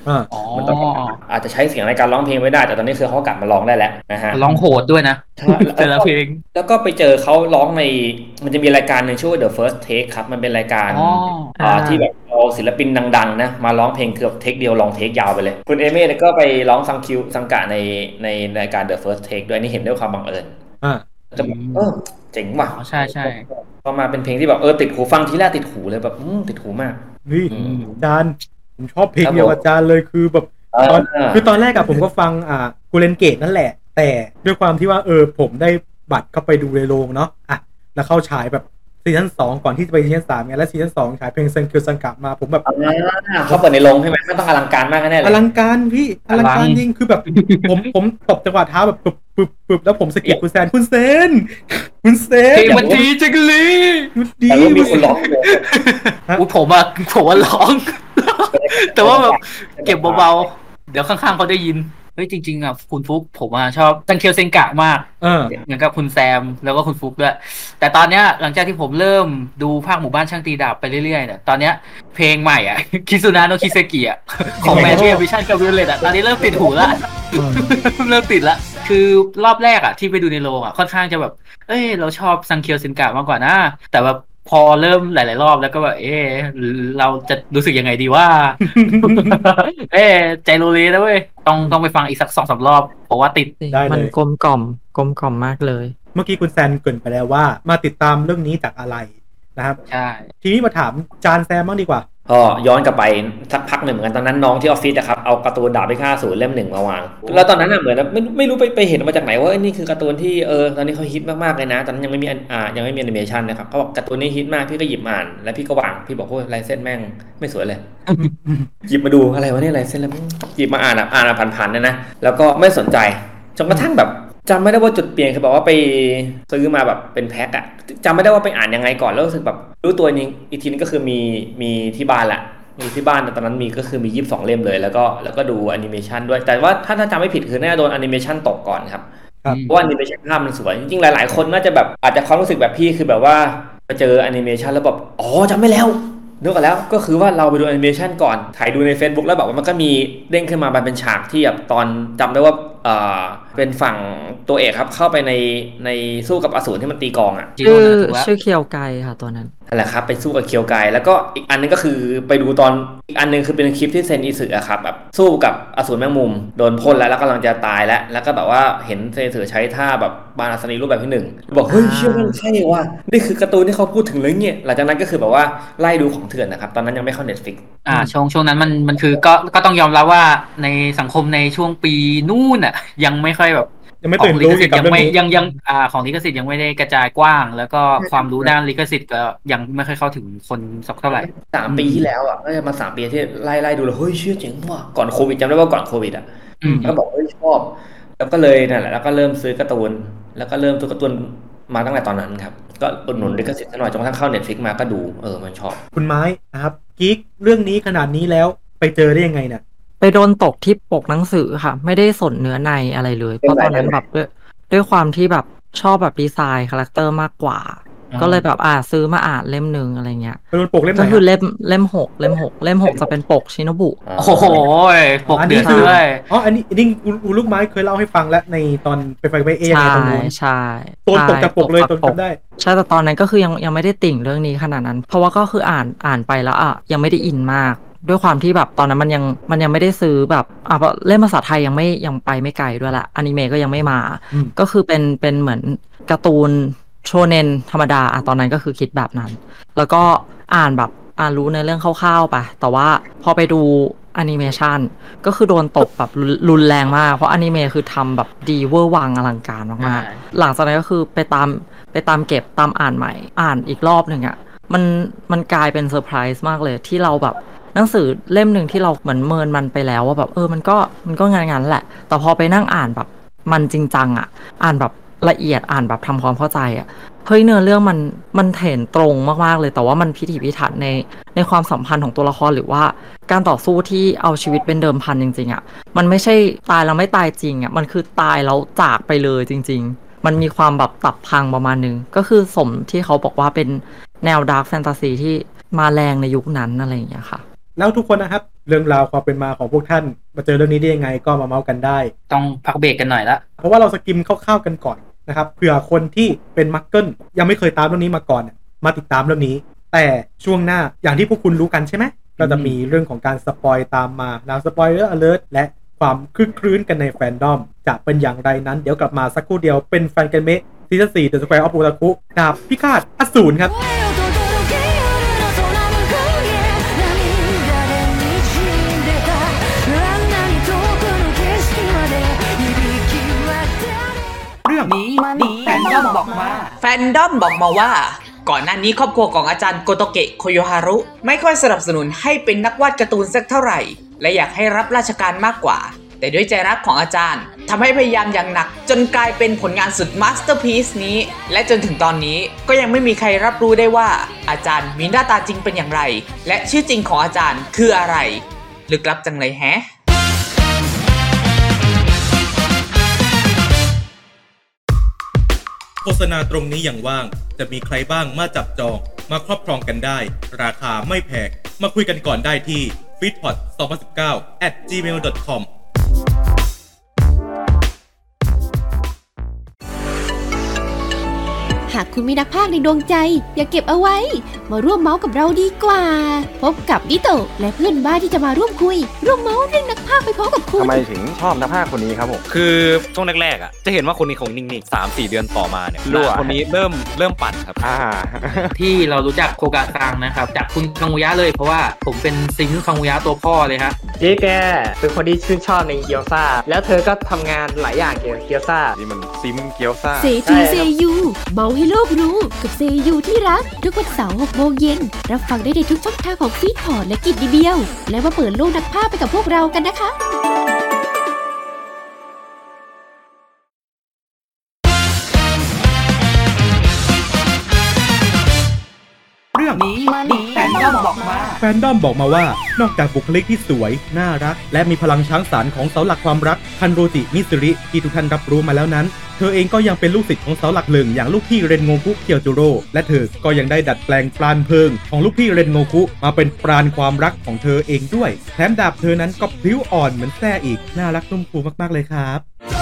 อ่าอ๋อมันต้องอาจจะใช้เสียงในการร้องเพลงไม่ได้แต่ตอนนี้คือเขากลับมาร้องได้แล้วนะฮะร้องโหดด้วยนะแต่ละเพลงแล้วก็ไปเจอเขาร้องในมันจะมีรายการหนึ่งชื่อว่า The First Take ครับมันเป็นรายการอ่าที่แบบเอาศิลปินดังๆนะมาร้องเพลงคือเทคเดียวลองเทคยาวไปเลยคุณเอเม่ก็ไปร้องซังคิวซังกะในในรายการ The First Take ด้วยนี่เห็นด้วยความบังเอิญอ่าจะแบบเออเจ๋งว่ะใช่ใช่พอมาเป็นเพลงที่แบบเออติดหูฟังทีแรกติดหูเลยแบบติดหูมากนี่จานผมชอบเพลงเดียวกับจานเลยคือแบบตอนคือตอนแรกอะผมก็ฟังอ่ากูเลนเกตนั่นแหละแต่ด้วยความที่ว่าเออผมได้บัตรเข้าไปดูในโรงเนาะอ่ะแล้วเข้าฉายแบบซีซั่นสองก่อนที่จะไปซีซั่นสามไงแล้วซีซั่นสองฉายเพลงเซนคิวซังกะมาผมแบบเขาเปิดในโรงใช่ไหมไม่ต้องอลังการมากแน่เลยอลังการพี่อลังการจริงคือแบบผมผมตบจังหวะเท้าแบบปึ๊บปึ๊บปึ๊บแล้วผมสะกิดคุณแซนคุณเซนคุณเซนเพลงมันดีจังเลยดีมีคนร้องเลยอุ้ยผมอะผมว่าร้องแต่ว่าแบบเก็บเบาๆเดี๋ยวข้างๆเขาได้ยินเฮ้ยจริงๆอ่ะคุณฟุกผมอ่ะชอบซังเคียวเซนกะมากเหมือนกับคุณแซมแล้วก็คุณฟุกด้วยแต่ตอนเนี้ยหลังจากที่ผมเริ่มดูภาคหมู่บ้านช่างตีดาบไปเรื่อยๆเนี่ยตอนเนี้ยเพลงใหม่อ่ะคิซุนะโนคิเซกิอ่ะของแมนชี่วิชั่นกับวิลเลตอ่ะตอนนี้เริ่มติดหูละเริ่มติดละคือรอบแรกอ่ะที่ไปดูในโรงอ่ะค่อนข้างจะแบบเอ้ยเราชอบซังเคียวเซนกะมากกว่านะแต่แบบพอเริ่มหลายๆรอบแล้วก็แบบเออเราจะรู้สึกยังไงดีว่าเออใจโลเลนะเว้ยต้องต้องไปฟังอีกสักสองสามรอบเพราะว่าติดมันกลมกล่อมกลมกล่อมมากเลยเมื่อกี้คุณแซนเกริ่นไปแล้วว่ามาติดตามเรื่องนี้จากอะไรนะครับใช่ทีนี้มาถามจานแซมบ้างดีกว่าก็ย้อนกลับไปสักพักหนึ่งเหมือนกันตอนนั้นน้องที่ออฟฟิศอะครับเอาการ์ตูนดาบพิฆาตอสูรเล่มหนึ่งมาวางแล้วตอนนั้นอะเหมือนไม่ไม่รู้ไปไปเห็นมาจากไหนว่านี่คือการ์ตูนที่เออตอนนี้เขาฮิตมากๆเลยนะตอนนั้นยังไม่มีอ่ายังไม่มีแอนิเมชันนะครับเขาบอกการ์ตูนนี้ฮิตมากพี่ก็หยิบอ่านแล้วพี่ก็วางพี่บอกว่าลายเส้นแม่งไม่สวยเลยหยิบมาดูอะไรวะเนี่ยลายเส้นแล้วหยิบมาอ่านอ่านผ่านๆเนี่ยนะแล้วก็ไม่สนใจจนกระทั่งแบบจำไม่ได้ว่าจุดเปลี่ยนคือบอกว่าไปซื้อมาแบบเป็นแพ็คอะจำไม่ได้ว่าไปอ่านยังไงก่อนแล้วรู้สึกแบบรู้ตัวนี้อีกทีนึงก็คือมีมีที่บ้านละมีที่บ้านตอนนั้นมีก็คือมียี่สิบสองเล่มเลยแล้วก็แล้วก็ดูแอนิเมชันด้วยแต่ว่าถ้าถ้าจำไม่ผิดคือน่าจะโดนแอนิเมชันตกก่อนครับเพราะว่าแอนิเมชันภาพมันสวยจริงๆหลายๆคนน่าจะแบบอาจจะความรู้สึกแบบพี่คือแบบว่าไปเจอแอนิเมชันแล้วแบบอ๋อจำไม่แล้วนึกออกแล้วก็คือว่าเราไปดูแอนิเมชันก่อนถ่ายดูใน Facebook แล้วแบบว่ามันก็มีเด้งขึ้นมามันเป็นฉากที่แบบตอนจำได้ว่าเอ่อเป็นฝั่งตัวเอกครับเข้าไปในในสู้กับอสูรที่มันตีกองอ่ะชื่อชื่อเคียวไกค่ะตัวนั้นนั่นแหละครับไปสู้กับเคียวไกแล้วก็อีกอันนึงก็คือไปดูตอนอีกอันนึงคือเป็นคลิปที่เซนอิสึอะครับแบบสู้กับอสูรแมงมุมโดนพ่นแล้วแล้วกำลังจะตายแล้วแล้วก็แบบว่าเห็นเซนอิสึใช้ท่าแบบบานาสนีรูปแบบที่หนึ่งบอกเฮ้ยเชื่อมันใช่ว่ะนี่คือการ์ตูนที่เขาพูดถึงเลยเนี่ยหลังจากนั้นก็คือแบบว่าไล่ดูของเถื่อนนะครับตอนนั้นยังไม่เข้า Netflix อ่าช่วงช่วงนั้นมันมันคือก็ก็ต้องยอมรับว่าในสังคมในช่วงปีนู่นอ่ะยังไม่ค่อยแบบยังไม่ตื่นรู้เกี่ยวกับเรื่องนี้ยังยังอ่าของลิขสิทธิ์ยังไม่ได้กระจายกว้างแล้วก็ความรู้ด้านลิขสิทธิ์ก็ยังไม่ค่อยเข้าถึงคนสักเท่าไหร่สามปีที่แล้วอ่ะก็จะมาสามปีที่ไล่ไล่ดูแล้วเฮ้ยเชื่อจริงว่ะก่อนโควิดจำได้ว่าก่อนโควิดอ่ะก็บอกเฮ้ยชอบแล้วก็เลยนั่นแหละแล้วก็เริ่มซื้อการ์ตูนแล้วก็เริ่มซื้อการ์ตูนมาตั้งแต่ตอนนั้นครับก็อุดหนุนลิขสิทธิ์ซะหน่อยจนกระทั่งเข้า Netflix มาก็ดูเออมันชอบคุณไม้นะครับกิ๊กเรื่องนี้ขนาดนี้แล้วไปเจอได้ยังไงเนี่ยไปโดนตกที่ปกหนังสือค่ะไม่ได้สนเนื้อในอะไรเลยเพราะตอนนั้นแบบด้วยด้วยความที่แบบชอบแบบดีไซน์คาแรคเตอร์มากกว่าก็เลยแบบอ่าซื้อมาอ่านเล่มนึงอะไรเงี้ยเป็นปกเล่มไหนก็คือเล่มเล่มหกเล่มหกเล่มหกจะเป็นปกชิโนบุโอ้โหปกเดือดด้วยอ๋ออันนี้นี่อูลูกไม้เคยเล่าให้ฟังแล้วในตอนไปไปไปเอยังไงตรงนู้นใช่ตัวตกจากปกเลยตัวจำได้ใช่แต่ตอนนั้นก็คือยังยังไม่ได้ติ่งเรื่องนี้ขนาดนั้นเพราะว่าก็คืออ่านอ่านไปแล้วอ่ะยังไม่ได้อินมากด้วยความที่แบบตอนนั้นมันยังมันยังไม่ได้ซื้อแบบอ่ะเล่นภาษาไทยยังไม่ยังไปไม่ไกลด้วยละอนิเมะก็ยังไม่มาก็คือเป็นเป็นเหมือนการ์ตูนโชเน็นธรรมดาอ่ะตอนนั้นก็คือคิดแบบนั้นแล้วก็อ่านแบบอ่านรู้ในเรื่องคร่าวๆไปแต่ว่าพอไปดูแอนิเมชันก็คือโดนตกแบบรุนแรงมากเพราะอนิเมะคือทำแบบดีเวอร์วังอลังการมากๆหลังจากนั้นก็คือไปตามไปตามเก็บตามอ่านใหม่อ่านอีกรอบหนึ่งอ่ะมันมันกลายเป็นเซอร์ไพรส์มากเลยที่เราแบบหนังสือเล่มหนึ่งที่เราเหมือนเมินมันไปแล้วว่าแบบเออมันก็มันก็งานๆแหละแต่พอไปนั่งอ่านแบบมันจริงจังอ่ะอ่านแบบละเอียดอ่านแบบทำความเข้าใจอ่ะเฮ้ยเนื้อเรื่องมันมันเห็นตรงมากๆเลยแต่ว่ามันพิถีพิถันในในความสัมพันธ์ของตัวละครหรือว่าการต่อสู้ที่เอาชีวิตเป็นเดิมพันจริงๆอ่ะมันไม่ใช่ตายแล้วไม่ตายจริงอ่ะมันคือตายแล้วจากไปเลยจริงๆมันมีความแบบตับพังประมาณนึงก็คือสมที่เขาบอกว่าเป็นแนวดาร์กแฟนตาซีที่มาแรงในยุคนั้นอะไรอย่างเงี้ยค่ะแล้วทุกคนนะครับเรื่องราวความเป็นมาของพวกท่านมาเจอเรื่องนี้ได้ยังไงก็มาเมาส์กันได้ต้องพักเบรกกันหน่อยละเพราะว่าเราสกิมคร่าวๆกันก่อนนะครับเผื่อคนที่เป็นมักเกิลยังไม่เคยตามเรื่องนี้มาก่อนมาติดตามเรื่องนี้แต่ช่วงหน้าอย่างที่พวกคุณรู้กันใช่ไหมก็จะมีเรื่องของการสปอยตามมาแล้วสปอยเลอร์อเลิร์ทและความคลึกครื้นกันในแฟนดอมจะเป็นอย่างไรนั้นเดี๋ยวกลับมาสักครู่เดียวเป็นแฟนกันเมะซีซั่นสี่ The Square of Otaku ดาบพิฆาตอสูรครับเรื่องนี้แฟนดอมบอกมาแฟนดอมบอกมาว่าก่อนหน้านี้ครอบครัวของอาจารย์โกโตเกะโคโยฮารุไม่ค่อยสนับสนุนให้เป็นนักวาดการ์ตูนสักเท่าไหร่และอยากให้รับราชการมากกว่าแต่ด้วยใจรักของอาจารย์ทำให้พยายามอย่างหนักจนกลายเป็นผลงานสุดมาสเตอร์พีซนี้และจนถึงตอนนี้ก็ยังไม่มีใครรับรู้ได้ว่าอาจารย์มีหน้าตาจริงเป็นอย่างไรและชื่อจริงของอาจารย์คืออะไรลึกลับจังเลยแฮะโฆษณาตรงนี้อย่างว่างจะมีใครบ้างมาจับจองมาครอบครองกันได้ราคาไม่แพงมาคุยกันก่อนได้ที่ ฟีดพอด สองพันสิบเก้า แอท จีเมล ดอท คอมหากคุณมีนักพากย์ในดวงใจอย่าเก็บเอาไว้มาร่วมเมาส์กับเราดีกว่าพบกับดิโตและเพื่อนบ้านที่จะมาร่วมคุยร่วมเมาส์เรื่องนักพากย์ไปพร้อมกับคุณทำไมถึงชอบนักพากย์คนนี้ครับผมคือช่วงแรกๆอ่ะจะเห็นว่าคนนี้คงนิ่งๆ สามสี่ เดือนต่อมาเนี่ยคนนี้เริ่มเริ่มปั่นครับอ่าที่เรารู้จักโคกะซังนะครับจากคุณคังุยะเลยเพราะว่าผมเป็นซิงค์คังุยะตัวพ่อเลยครับเจ๊แกเป็นคนที่ชื่นชอบในเกียวซ่าแล้วเธอก็ทำงานหลายอย่างเกี่ยวกับเกียวซ่านี่มันซิมเกียวซ่าเซจูเซยูเมาให้โลกรู้กับเซยูที่รักทุกวันเสาร์หกโมงเย็นรับฟังได้ในทุกช่องทางของฟีดพอร์ตและกิจดีเบียวและมาเปิดโลกนักพากย์ไปกับพวกเรากันนะคะเรื่องนี้แฟนดอมบอกมาแฟนดอมบอกมาว่านอกจากบุคลิกที่สวยน่ารักและมีพลังช้างสารของเสาหลักความรักคันโรจิมิซึริที่ทุกท่านรับรู้มาแล้วนั้นเธอเองก็ยังเป็นลูกศิษย์ของเสาหลักหนึ่งอย่างลูกพี่เรนโงคุเคียวจูโร่และเธอก็ยังได้ดัดแปลงปราณเพลิงของลูกพี่เรนโงคุมาเป็นปราณความรักของเธอเองด้วยแถมดาบเธอนั้นก็พลิ้วอ่อนเหมือนแส้อีกน่ารักนุ่มฟูมากๆเลยครับ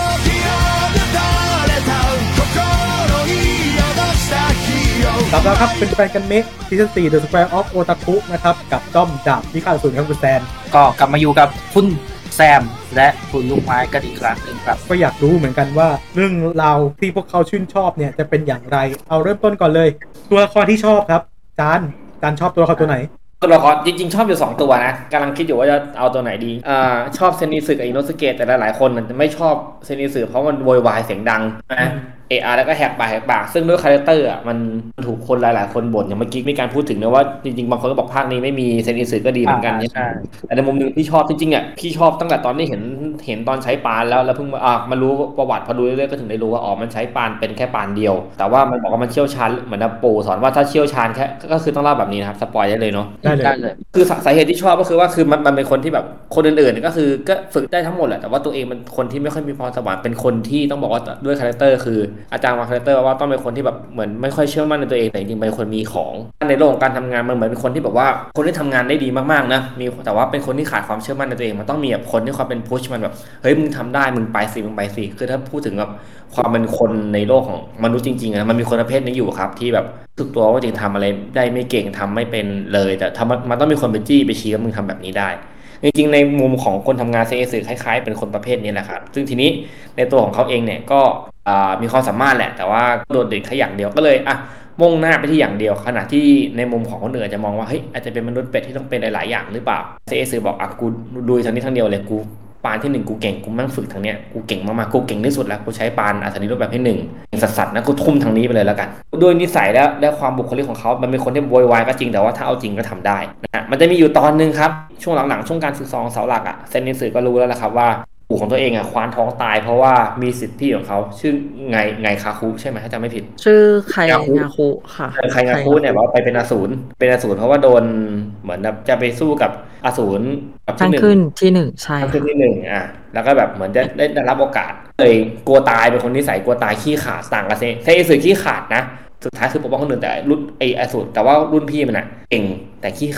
กลับแล้วครับเป็นแฟนกันเมะซีซั่นสี่ The Square of Otaku นะครับกับด้อมดาบพิฆาตอสูรครับคุณแซนก็กลับมาอยู่กับคุณแซมและคุณลูกไม้กันอีกครั้งหนึ่งครับก็อยากรู้เหมือนกันว่าเรื่องราวที่พวกเขาชื่นชอบเนี่ยจะเป็นอย่างไรเอาเริ่มต้นก่อนเลยตัวละครที่ชอบครับจานจานชอบตัวละครตัวไหนตัวละครจริงๆชอบอยู่สองตัวนะกำลังคิดอยู่ว่าจะเอาตัวไหนดีอ่าชอบเซนิสึกับอิโนสุเกะแต่หลายๆคนไม่ชอบเซนิสึเพราะมันโวยวายเสียงดังนะเออาร์แล้วก็แหกปากแหกปากซึ่งด้วยคาแรคเตอร์อ่ะมันถูกคนหลายๆคนบ่นอย่างเมื่อกี้มีการพูดถึงนะว่าจริงๆบางคนก็บอกภาคนี้ไม่มีเซนิสึก็ดีเหมือนกันใช่แต่ในมุมนึงพี่ชอบจริงๆอ่ะพี่ชอบตั้งแต่ตอนที่เห็นเห็นตอนใช้ปานแล้วแล้วเพิ่งมาอ่ะมารู้ประวัติพอดูเรื่อยๆก็ถึงได้รู้ว่าอ๋อมันใช้ปานเป็นแค่ปานเดียวแต่ว่ามันบอกว่ามันเชี่ยวชาญเหมือนนะปู่สอนว่าถ้าเชี่ยวชาญแค่ก็คือต้องเล่าแบบนี้นะครับสปอยได้เลยเนาะได้เลยคือสาเหตุที่ชอบก็คือว่าคือมันมันเป็นคนที่แบบคนอื่นๆก็คือก็ฝึกได้ทั้งหมดแหละแต่ว่าตัวเองเป็นคนที่ไม่ค่อยมีพรสวรรค์เป็นคนที่ต้องบอกว่าด้วยคาแรคเตอร์คืออาจารย์วางคาแรคเตอร์ว่าต้องเป็นคนที่แบบเหมือนไม่ค่อยเชื่อมั่นในตัวเองแต่จริงๆเป็นคนมีของในโลกของการทำงานมันเหมือนเป็นคนที่แบบว่าคนที่ทำงานได้ดีมากๆนะมีแต่ว่าเป็นคนที่ขาดความเชื่อมั่นในตัวเองมันต้องมีแบบคนที่ความเป็นพุชมันแบบเฮ้ยมึงทำได้มึงไปสิมึงไปสิคือถ้าพูดถึงแบบความเป็นคนในโลกของมนุษย์จริงๆนะมันมีคนประเภทนี้อยู่ครับที่แบบรู้ตัวว่าจริงทำอะไรได้ไม่เก่งทำไม่เป็นเลยแต่ทำมันต้องมีคนไปจี้ไปชี้ว่ามึงทำแบบนี้ได้จริงๆในมุมของคนทำงานเซสื่อคล้ายๆเป็นคนประเภทนี้แหละครับซึ่งทีนี้ในตัวของเขาเองเนี่ยก็มีความสามารถแหละแต่ว่าโดดเด่นแค่อย่างเดียวก็เลยอ่ะมุ่งหน้าไปที่อย่างเดียวขณะที่ในมุมของคนอื่นจะมองว่าเฮ้ยอาจจะเป็นมนุษย์เป็ดที่ต้องเป็นหลายๆอย่างหรือเปล่าเซสื่อบอกอ่ะกูดูทางนี้ทางเดียวเลยกูปานที่หนึ่งกูเก่งกูมั่งฝึกทางเนี้ยกูเก่งมากๆกูเก่งที่สุดแล้วกูใช้ปานอัศนีรูปแบบที่หนึ่งสัสๆนะกูทุ่มทางนี้ไปเลยแล้วกันด้วยนิสัยและและความบุคลิกของเขามันเป็นคนที่โวยวายก็จริงแต่ว่าถ้าเอาจริงก็ทำได้นะมันจะมีอยู่ตอนนึงครับช่วงหลังๆช่วงการฝึกซ้อมเสาหลักอ่ะเซนนิสึก็รู้แล้วแหละครับว่าปู่ของตัวเองอ่ะควานท้องตายเพราะว่ามีสิทธิ์พี่ของเขาชื่อไงไงคาคุใช่ไหมถ้าจำไม่ผิดชื่อไคงาคุค่ะไคงาคุเนี่ยว่าไปเป็นอสูรเป็นอสูรเพราะว่าโดนเหมือนแบบจะไปสู้กับอสูรแบบที่หนึ่งขึ้นที่หนึ่งใช่ขึ้นที่หนึ่งอ่ะแล้วก็แบบเหมือนจะได้ได้รับโอกาสเลยกลัวตายเป็นคนนิสัยกลัวตายขี้ขาดต่างกับเซเซสื่อขี้ขาดนะสุดท้ายคือปกป้องคนอื่นแต่รุ่นไออสูรแต่ว่ารุ่นพี่มันอ่ะเก่งแต่ขี้ขาด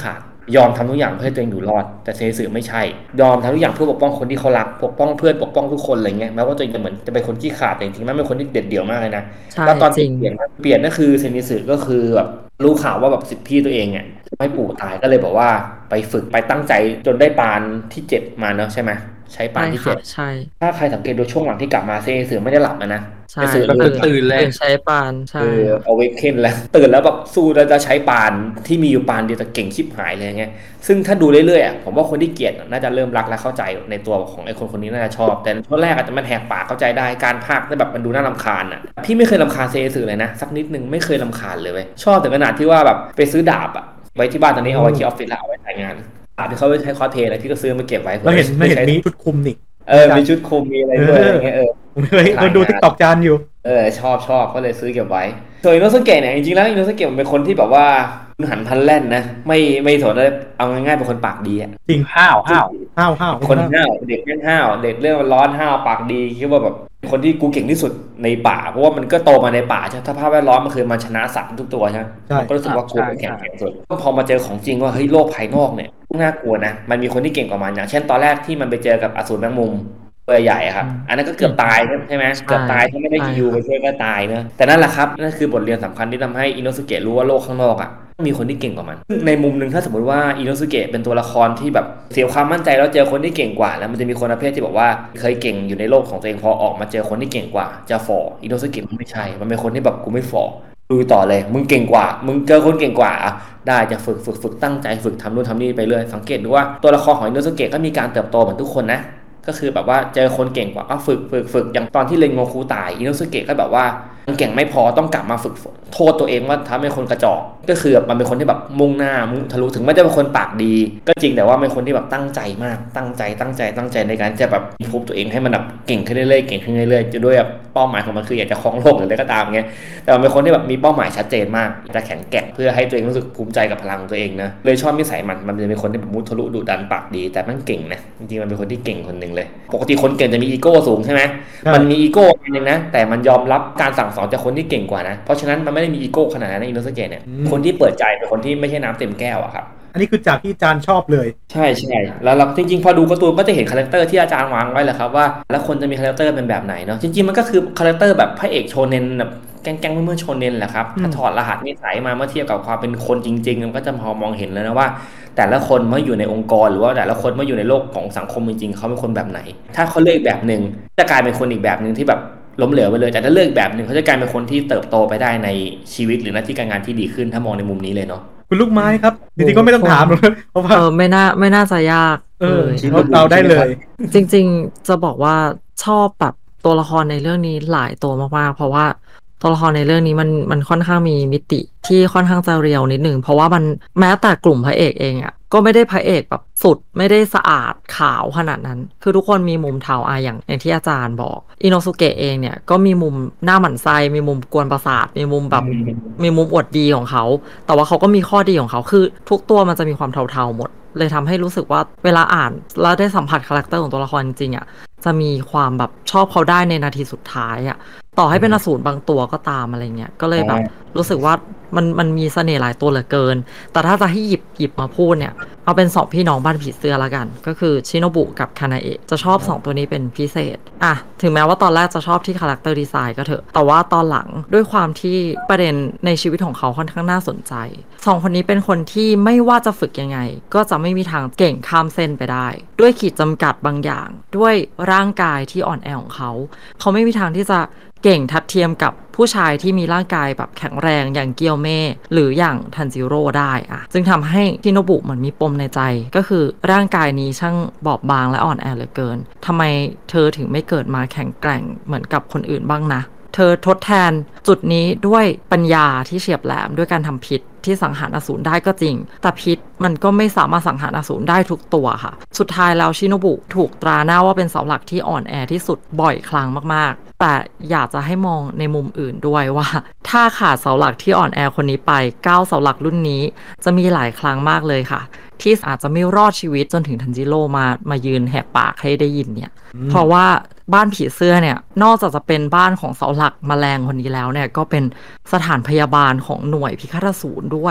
ยอมทำทุกอย่างเพื่อให้ตัวเองอยู่รอดแต่เซซึไม่ใช่ยอมทำทุกอย่างเพื่อปกป้องคนที่เขารักปกป้องเพื่อนปกป้องทุกคนอะไรเงี้ยแม้ว่าตัวเองจะเหมือนจะเป็นคนขี้ขาดแต่จริงๆมันเป็นคนที่เด็ดเดี่ยวมากเลยนะแล้วตอนเปลี่ยนเปลี่ยนก็คือเซซึก็คือแบบรู้ข่าวว่าแบบสิทธิพี่ตัวเองเนี่ยไม่ปู่ตายก็เลยบอกว่าไปฝึกไปตั้งใจจนได้ปานที่เจ็ดมาเนาะใช่ไหมใช้ปานที่เจ็ดใช่ถ้าใครสังเกตดูช่วงหลังที่กลับมาเซซึไม่ได้หลับนะใช่ตื่นเลยใช้ปานใช่คือเอาเวกเคนแล้วตื่นแล้วแบบสู้แล้วจะใช้ปานที่มีอยู่ปานเดียวแต่เก่งชิบหายเลยไงซึ่งถ้าดูเรื่อยๆอ่ะผมว่าคนที่เกลียดน่าจะเริ่มรักและเข้าใจในตัวของไอ้คนคนนี้น่าจะชอบแต่ช่วงแรกอาจจะมันแหกปากเข้าใจได้การพากย์แบบมันดูน่ารำคาญอ่ะพี่ไม่เคยรำคาญเซซึเลยนะสักนิดนึงไม่เคยรำคาญเลยเว้ยชอบถึงขนาดที่ว่าแบบไปซื้อดาบอ่ะไว้ที่บ้านตอนนี้เอาไว้ที่ออฟฟิศแล้วเอาไว้ถ่ายงานดาบที่เขาใช้คอสเพลย์อะไรพี่ก็ซื้อมาเก็บไว้เราเห็นไม่เห็นมีชุดคุมนี่เออมีชุดคุมมีอะไรด้วยอะไรเงี้ยเออเคยคนดูติ๊กต็อกจานอยู่เออชอบชอบก็เลยซื้อเก็บไว้ส่วนอินโนสเกะเนี่ยจริงๆแล้วอินโนสเกะมันเป็นคนที่แบบว่าหันพันแล่นนะไม่ไม่สนอะไรเอาง่ายๆเป็นคนปากดีอ่ะจริงห้าวห้าวห้าวห้าวคนห้าวเด็กแม่งห้าวเด็กเรื่องร้อนห้าวปากดีคิดว่าแบบคนที่กูเก่งที่สุดในป่าเพราะว่ามันก็โตมาในป่าใช่ถ้าภาพแวดล้อมมันคือมันชนะสัตว์ทุกตัวใช่มันก็รู้สึกว่ากูเป็นแข็งแกร่งสุดพอมาเจอของจริงว่าเฮ้ยโลกภายนอกเนี่ยน่ากลัวนะมันมีคนที่เก่งกว่ามันอย่างเช่นตอนแรกที่มันไปเจอกับอสูรแมงมุมตัวใหญ่ครับอันนั้นก็เกือบตายใช่ไหมเกือบตายถ้าไม่ได้ยูไปช่วยก็ตายนะแต่นั่นแหละครับนั่นคือบทเรียนสำคัญที่ทำให้อินโนสุเกะรู้ว่าโลกข้างนอกอ่ะมีคนที่เก่งกว่ามันในมุมนึงถ้าสมมติว่าอินโนสุเกะเป็นตัวละครที่แบบเสียความมั่นใจแล้วเจอคนที่เก่งกว่าแล้วมันจะมีคนประเภทที่บอกว่าเคยเก่งอยู่ในโลกของตัวเองพอออกมาเจอคนที่เก่งกว่าจะฝ่ออินโนสุเกะมันไม่ใช่มันเป็นคนที่แบบกูไม่ฝ่อดูต่อเลยมึงเก่งกว่ามึงเจอคนเก่งกว่าอ่ะได้จะฝึกฝึกฝึกตั้งใจฝึกทำนู่นทำนี่ไปเรื่อยสังเกตดูว่าตัวละครของอินโนสุเกะก็มีการเติบโตเหมือนทุกคนนะก็คือแบบว่าเจอคนเก่งกว่าก็ฝึกฝึกฝึกอย่างตอนที่เรนโงคุตายอินโนสุเกะก็แบบว่ามันเก่งไม่พอต้องกลับมาฝึกโทษตัวเองว่าทำให้คนกระจอกก็คือมันเป็นคนที่แบบมุ่งหน้ามุ่งทะลุถึงไม่ได้เป็นคนปากดีก็จริงแต่ว่าเป็นคนที่แบบตั้งใจมากตั้งใจตั้งใจตั้งใจในการจะแบบพุบตัวเองให้มันแบบเก่งขึ้นเรื่อยๆเก่งขึ้นเรื่อยๆจะด้วยแบบเป้าหมายของมันคืออยากจะครองโลกหรืออะไรก็ตามเงี้ยแต่มันเป็นคนที่แบบมีเป้าหมายชัดเจนมากจะแข็งแกร่งเพื่อให้ตัวเองรู้สึกภูมิใจกับพลังตัวเองนะเลยชอบนิสัยมันมันจะเป็นคนที่แบบมุทะลุดุดันปากดีแต่มันเก่งนะจริงๆมันเป็นคนที่เก่งคนนึงเลยปกติคนเก่งจะมีอีโก้สูงใช่ไหมมันมีอีโก้นึงนะแต่มันยอมรับการสั่งสอนจากคนที่เก่งกว่านะเพราะฉะนั้นมันไม่ได้มีอีโก้ขนาดนั้นในอินโนสุเกะเนี่ยคนที่เปิดใจเป็นคนที่ไม่ใช่น้ำเต็มแก้วอะครับอันนี้คือจากที่อาจารย์ชอบเลยใช่ใช่แล้วเราจริงๆพอดูการ์ตูนก็จะเห็นคาแรคเตอร์ที่อาจารย์วางไว้แหละครับว่าแล้วคนจะมีคาแรคเตอร์เป็นแบบไหนเนาะจริงๆมันก็คือคาแรคเตอร์แบบพระเอกโชเน็นแบบแก๊งๆเมื่อโชเน็นแหละครับถ้าถอดรหัสนิสัยมาเมื่อเทียบกับความเป็นคนจริงๆมันก็จะพอมองเห็นแล้วนะว่าแต่ละคนเมื่ออยู่ในองค์กรหรือว่าแต่ละคนเมื่ออยู่ในโลกของสังคมจริงๆเขาเป็นคนแบบไหนถ้าเขาเลือกแบบนึงจะกลายเป็นคนอีกแบบนึงที่แบบล้มเหลวไปเลยแต่ถ้าเลือกแบบนึงเขาจะกลายเป็นคนที่เติบโตไปได้ในชีวิตหรือหน้าที่การงานที่ดีขึ้นถ้ามองในมุมนี้เลยเนาะคุณลูกไม้ครับจริงๆก็ไม่ต้องถามเพราะว่าเออไม่น่าไม่น่าจะยากเออเราได้เลยจริงๆจะบอกว่าชอบแบบตัวละครในเรื่องนี้หลายตัวมากๆเพราะว่าตัวละครในเรื่องนี้มันมันค่อนข้างมีมิติที่ค่อนข้างจะเรียวนิดนึงเพราะว่ามันแม้แต่กลุ่มพระเอกเองอ่ะก็ไม่ได้พระเอกแบบสุดไม่ได้สะอาดขาวขนาดนั้นคือทุกคนมีมุมเทาอะอย่างอย่างที่อาจารย์บอกอินโนสุเกะเองเนี่ยก็มีมุมหน้าหมั่นไส้มีมุมกวนประสาทมีมุมแบบมีมุมอวดดีของเขาแต่ว่าเขาก็มีข้อดีของเขาคือทุกตัวมันจะมีความเทาๆหมดเลยทำให้รู้สึกว่าเวลาอ่านแล้วได้สัมผัสคาแรคเตอร์ของตัวละครจริงๆอ่ะจะมีความแบบชอบเขาได้ในนาทีสุดท้ายอ่ะต่อให้เป็นอสูรบางตัวก็ตามอะไรเงี้ยก็เลยแบบรู้สึกว่ามันมันมีเสน่ห์หลายตัวเหลือเกินแต่ถ้าจะให้หยิบหยิบมาพูดเนี่ยเอาเป็นสองพี่น้องบ้านผีเสื้อละกันก็คือชิโนบุกับคานาเอะจะชอบสองตัวนี้เป็นพิเศษอ่ะถึงแม้ว่าตอนแรกจะชอบที่คาแรคเตอร์ดีไซน์ก็เถอะแต่ว่าตอนหลังด้วยความที่ประเด็นในชีวิตของเขาค่อนข้างน่าสนใจสองคนนี้เป็นคนที่ไม่ว่าจะฝึกยังไงก็จะไม่มีทางเก่งข้ามเส้นไปได้ด้วยขีดจำกัดบางอย่างด้วยร่างกายที่อ่อนแอของเขาเขาไม่มีทางที่จะเก่งทัดเทียมกับผู้ชายที่มีร่างกายแบบแข็งแรงอย่างเกียวเม่หรืออย่างทันจิโร่ได้อะจึงทำให้ชิโนบุเหมือนมีปมในใจก็คือร่างกายนี้ช่างบอบบางและอ่อนแอเหลือเกินทำไมเธอถึงไม่เกิดมาแข็งแกร่งเหมือนกับคนอื่นบ้างนะเธอทดแทนจุดนี้ด้วยปัญญาที่เฉียบแหลมด้วยการทำพิษที่สังหารอสูรได้ก็จริงแต่พิษมันก็ไม่สามารถสังหารอสูรได้ทุกตัวค่ะสุดท้ายแล้วชิโนบุถูกตราหน้าว่าเป็นเสาหลักที่อ่อนแอที่สุดบ่อยครั้งมากๆแต่อยากจะให้มองในมุมอื่นด้วยว่าถ้าขาดเสาหลักที่อ่อนแอคนนี้ไปเก้าเสาหลักรุ่นนี้จะมีหลายครั้งมากเลยค่ะที่อาจจะไม่รอดชีวิตจนถึงทันจิโร่มามายืนแหกปากให้ได้ยินเนี่ยเพราะว่าบ้านผีเสื้อเนี่ยนอกจากจะเป็นบ้านของเสาหลักแมลงคนนี้แล้วเนี่ยก็เป็นสถานพยาบาลของหน่วยพิฆาตอสูรด้วย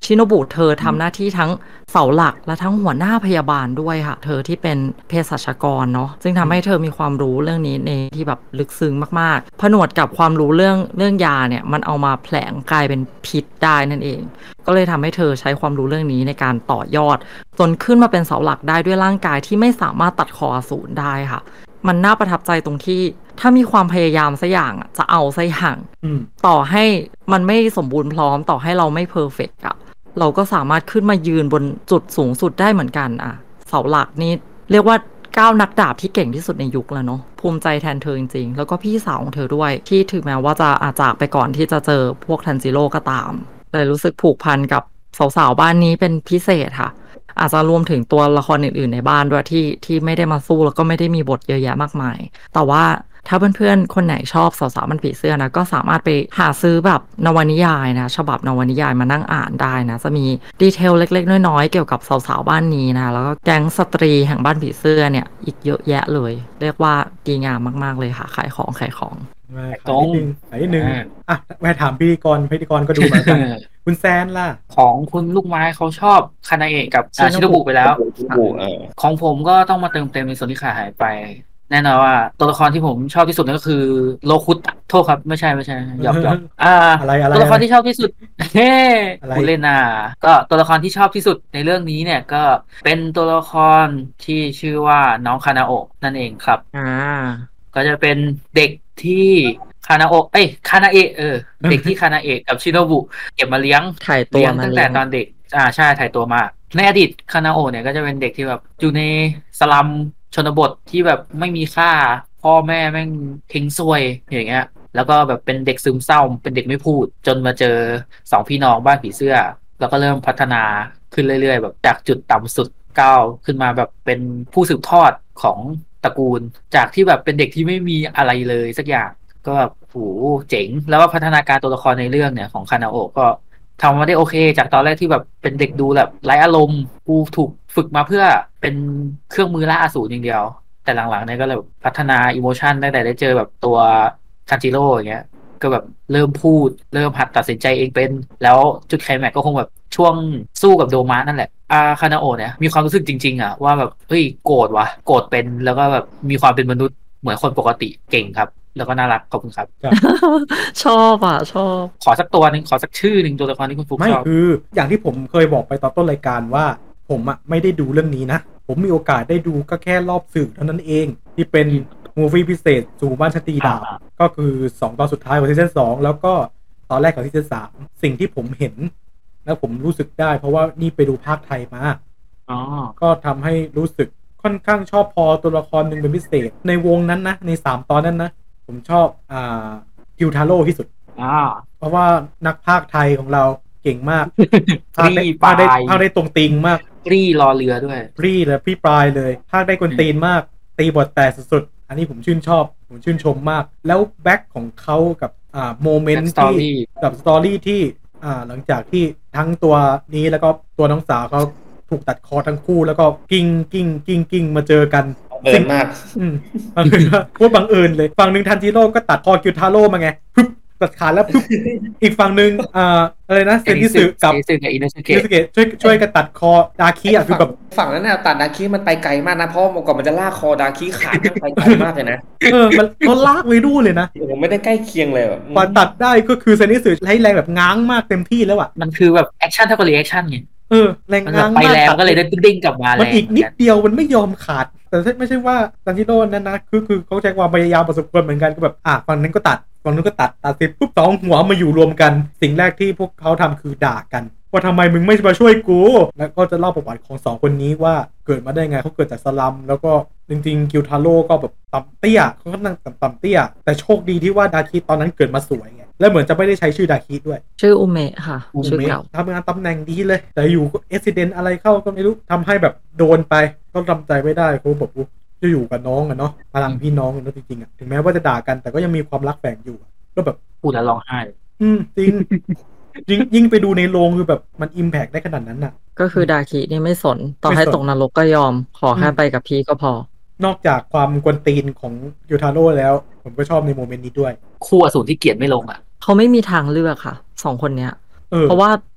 ชิโนบุเธอทำหน้าที่ทั้งเสาหลักและทั้งหัวหน้าพยาบาลด้วยค่ะเธอที่เป็นเภสัชกรเนาะซึ่งทำให้เธอมีความรู้เรื่องนี้ในที่แบบลึกซึ้งมากๆผนวกกับความรู้เรื่องเรื่องยาเนี่ยมันเอามาแผลงกลายเป็นพิษได้นั่นเองก็เลยทำให้เธอใช้ความรู้เรื่องนี้ในการต่อยอดจนขึ้นมาเป็นเสาหลักได้ด้วยร่างกายที่ไม่สามารถตัดคออสูรได้ค่ะมันน่าประทับใจตรงที่ถ้ามีความพยายามสักอย่างจะเอาสักอย่างต่อให้มันไม่สมบูรณ์พร้อมต่อให้เราไม่เพอร์เฟกต์อะเราก็สามารถขึ้นมายืนบนจุดสูงสุดได้เหมือนกันอะเสาหลักนี่เรียกว่าก้าวนักดาบที่เก่งที่สุดในยุคแล้วเนาะภูมิใจแทนเธอจริงๆแล้วก็พี่สาวของเธอด้วยที่ถึงแม้ว่าจะอาจากไปก่อนที่จะเจอพวกทันจิโร่ก็ตามเลยรู้สึกผูกพันกับสาวๆบ้านนี้เป็นพิเศษค่ะอาจจะรวมถึงตัวละครอื่นๆในบ้านด้วยที่ที่ไม่ได้มาสู้แล้วก็ไม่ได้มีบทเยอะแยะมากมายแต่ว่าถ้าเพื่อนๆคนไหนชอบสาวๆมันผีเสื้อนะก็สามารถไปหาซื้อแบบนวนิยายนะฉบับนวนิยายมานั่งอ่านได้นะจะมีดีเทลเล็กๆน้อยๆเกี่ยวกับสาวๆบ้านนี้นะแล้วก็แก๊งสตรีแห่งบ้านผีเสื้อเนี่ยอีกเยอะแยะเลยเรียกว่าดีงามมากๆเลยค่ะขายของขายของขายนิดนึงขายนิดนึงอ่ะแม่ถามพิธีกรพิธีกรก็ดูเหมือนกันคุณแซนล่ะของคุณลูกไม้เขาชอบคานาเอะกับชิโนบุไปแล้วของผมก็ต้องมาเติมเต็มในส่วนที่ขาดหายไปแน่นอนว่าตัวละครที่ผมชอบที่สุดนั่นก็คือโลคุตโทษครับไม่ใช่ไม่ใช่หยอกหยอกอ่าตัวละครที่ชอบที่สุดเฮ้คุณเล่นน่ะก็ตัวละครที่ชอบที่สุดในเรื่องนี้เนี่ยก็เป็นตัวละครที่ชื่อว่าน้องคานาโอะนั่นเองครับอ่าก็จะเป็นเด็กที่คานาโอะเอ้ยคานาเอะเออเด็กที่คานาเอะกับชิโนบุเก็บมาเลี้ยงถ่ายตัวมาตั้งแต่ตอนเด็กอ่าใช่ถ่ายตัวมาในอดีตคานาโอะเนี่ยก็จะเป็นเด็กที่แบบอยู่ในสลัมชนบทที่แบบไม่มีค่าพ่อแม่แม่งทิ้งซวยอย่างเงี้ยแล้วก็แบบเป็นเด็กซึมเศร้าเป็นเด็กไม่พูดจนมาเจอสองพี่น้องบ้านผีเสื้อแล้วก็เริ่มพัฒนาขึ้นเรื่อยๆแบบจากจุดต่ำสุดก้าวขึ้นมาแบบเป็นผู้สืบทอดของตระกูลจากที่แบบเป็นเด็กที่ไม่มีอะไรเลยสักอย่างก็แบบโหเจ๋งแล้วว่าพัฒนาการตัวละครในเรื่องเนี่ยของคานาโอะก็ทำมาได้โอเคจากตอนแรกที่แบบเป็นเด็กดูแบบไร้อารมณ์กูถูกฝึกมาเพื่อเป็นเครื่องมือล่าอสูรอย่างเดียวแต่หลังๆเนี่ยก็เลยพัฒนาอิโมชันตั้งแต่ได้เจอแบบตัวทันจิโร่อย่างเงี้ยก็แบบเริ่มพูดเริ่มหัดตัดสินใจเองเป็นแล้วจุดไคลแม็กซ์ก็คงแบบช่วงสู้กับโดมะนั่นแหละอาคานาโอะเนี่ยมีความรู้สึกจริงๆอ่ะว่าแบบเฮ้ยโกรธวะโกรธเป็นแล้วก็แบบมีความเป็นมนุษย์เหมือนคนปกติเก่งครับแล้วก็น่ารักขอบคุณครับชอบอ่ะชอบขอสักตัวนึงขอสักชื่อนึงตัวละครที่คุณฟุกชอบไม่คืออย่างที่ผมเคยบอกไปตอนต้นรายการว่าผมอ่ะไม่ได้ดูเรื่องนี้นะผมมีโอกาสได้ดูก็แค่รอบสื่อเท่านั้นเองที่เป็นมูฟวี่พิเศษสู่บ้านชตีดาบก็คือสองตอนสุดท้ายของซีซั่นสองแล้วก็ตอนแรกของซีซั่นสามสิ่งที่ผมเห็นแล้วผมรู้สึกได้เพราะว่านี่ไปดูภาคไทยมาอ๋อก็ทำให้รู้สึกค่อนข้างชอบพอตัวละครหนึ่งเป็นพิเศษในวงนั้นนะในสามตอนนั้นนะผมชอบอ่ากิวทาโร่ที่สุดอ่าเพราะว่านักพากย์ไทยของเราเก่งมากพากย์ได้พากย์ได้พากย์ได้ตรงติงมากรีรอเรือด้วยรีเลยพี่ปลายเลยพากย์ได้กวนตีนมากตีบทแตกสุดๆอันนี้ผมชื่นชอบผมชื่นชมมากแล้วแบ็คของเขากับอ่าโมเมนต์ที่กับสตอรี่ที่อ่าหลังจากที่ทั้งตัวนี้แล้วก็ตัวน้องสาวเขาถูกตัดคอทั้งคู่แล้วก็กิ้งกิ้งกิ้งกิ้งมาเจอกันเอิญมากอืมบังเอิญโคตรบังเอิญเลยฝั่งหนึ่งทันจิโร่ก็ตัดคอกิวทาโร่มาไงปึ๊บตัดขาแล้วปึ๊บอีกฝั่งหนึ่งอ่าอะไรนะเซนิสึกับอินุสเกะช่วยช่วยกันตัดคอดาคิอ่ะคือแบบฝั่งนั้นน่ะตัดดาคิมันไปไกลมากนะเพราะเมื่อก่อนมันจะลากคอดาคิขาดไปไกลมากเลยนะเออมันมันลากไปดูเลยนะผมไม่ได้ใกล้เคียงเลยแบบพอตัดได้ก็คือเซนิสึใช้แรงแบบง้างมากเต็มที่แล้วอ่ะมันคือแบบแอคชั่นเท่ากับรีแอคชั่นไงเออแรงง้างไปแล้วก็เลยได้ดิ้งกลับมามันอีกนิดเดียวมันไม่ยอมขาดแต่ไม่ใช่ว่าซันจิโร่นั่นนะคือคือเขาใช้ความพยายามประสบความเหมือนกันก็แบบอ่ะฝั่งนั้นก็ตัดฝั่งนู้นก็ตัดตัดเสร็จปุ๊บสองหัวมาอยู่รวมกันสิ่งแรกที่พวกเขาทำคือด่ากันว่าทำไมมึงไม่มาช่วยกูแล้วก็จะเล่าประวัติของสองคนนี้ว่าเกิดมาได้ไงเขาเกิดจากสลัมแล้วก็จริงๆกิวทาโร่ก็แบบต่ำเตี้ยเขาก็นั่งต่ำเตี้ยแต่โชคดีที่ว่าดาคิตอนนั้นเกิดมาสวยไงแล้วเหมือนจะไม่ได้ใช้ชื่อดาคิด้วยชื่ออุเมะค่ะชื่อเก่าทำงานตำแหน่งดีเลยแต่อยู่ก็เอซิเดนต์อะไรเข้าก็ไม่รู้ทำให้แบบโดนไปก็ทำใจไม่ได้เขาบอกว่าจะอยู่กับน้องอะเนาะพลังพี่น้องเนาะจริงๆอะถึงแม้ว่าจะด่ากันแต่ก็ยังมีความรักแฝงอยู่ก็แบบพูดแล้วร้องไห้อืมจริงยิ่งยิ่งไปดูในโรงคือแบบมันอิมแพคได้ขนาดนั้นน่ะก็คือดาคินี่ไม่สนต่อให้ตกนรกก็ยอมขอแค่ไปกับพี่ก็พอนอกจากความกวนตีนของยูทาโร่แล้วผมก็ชอบในโมเมนต์นี้ด้วยคู่อสูรที่เกลียดไม่ลงอ่ะเขาไม่มีทางเลือกค่ะสองคนเนี้ยเพราะว่า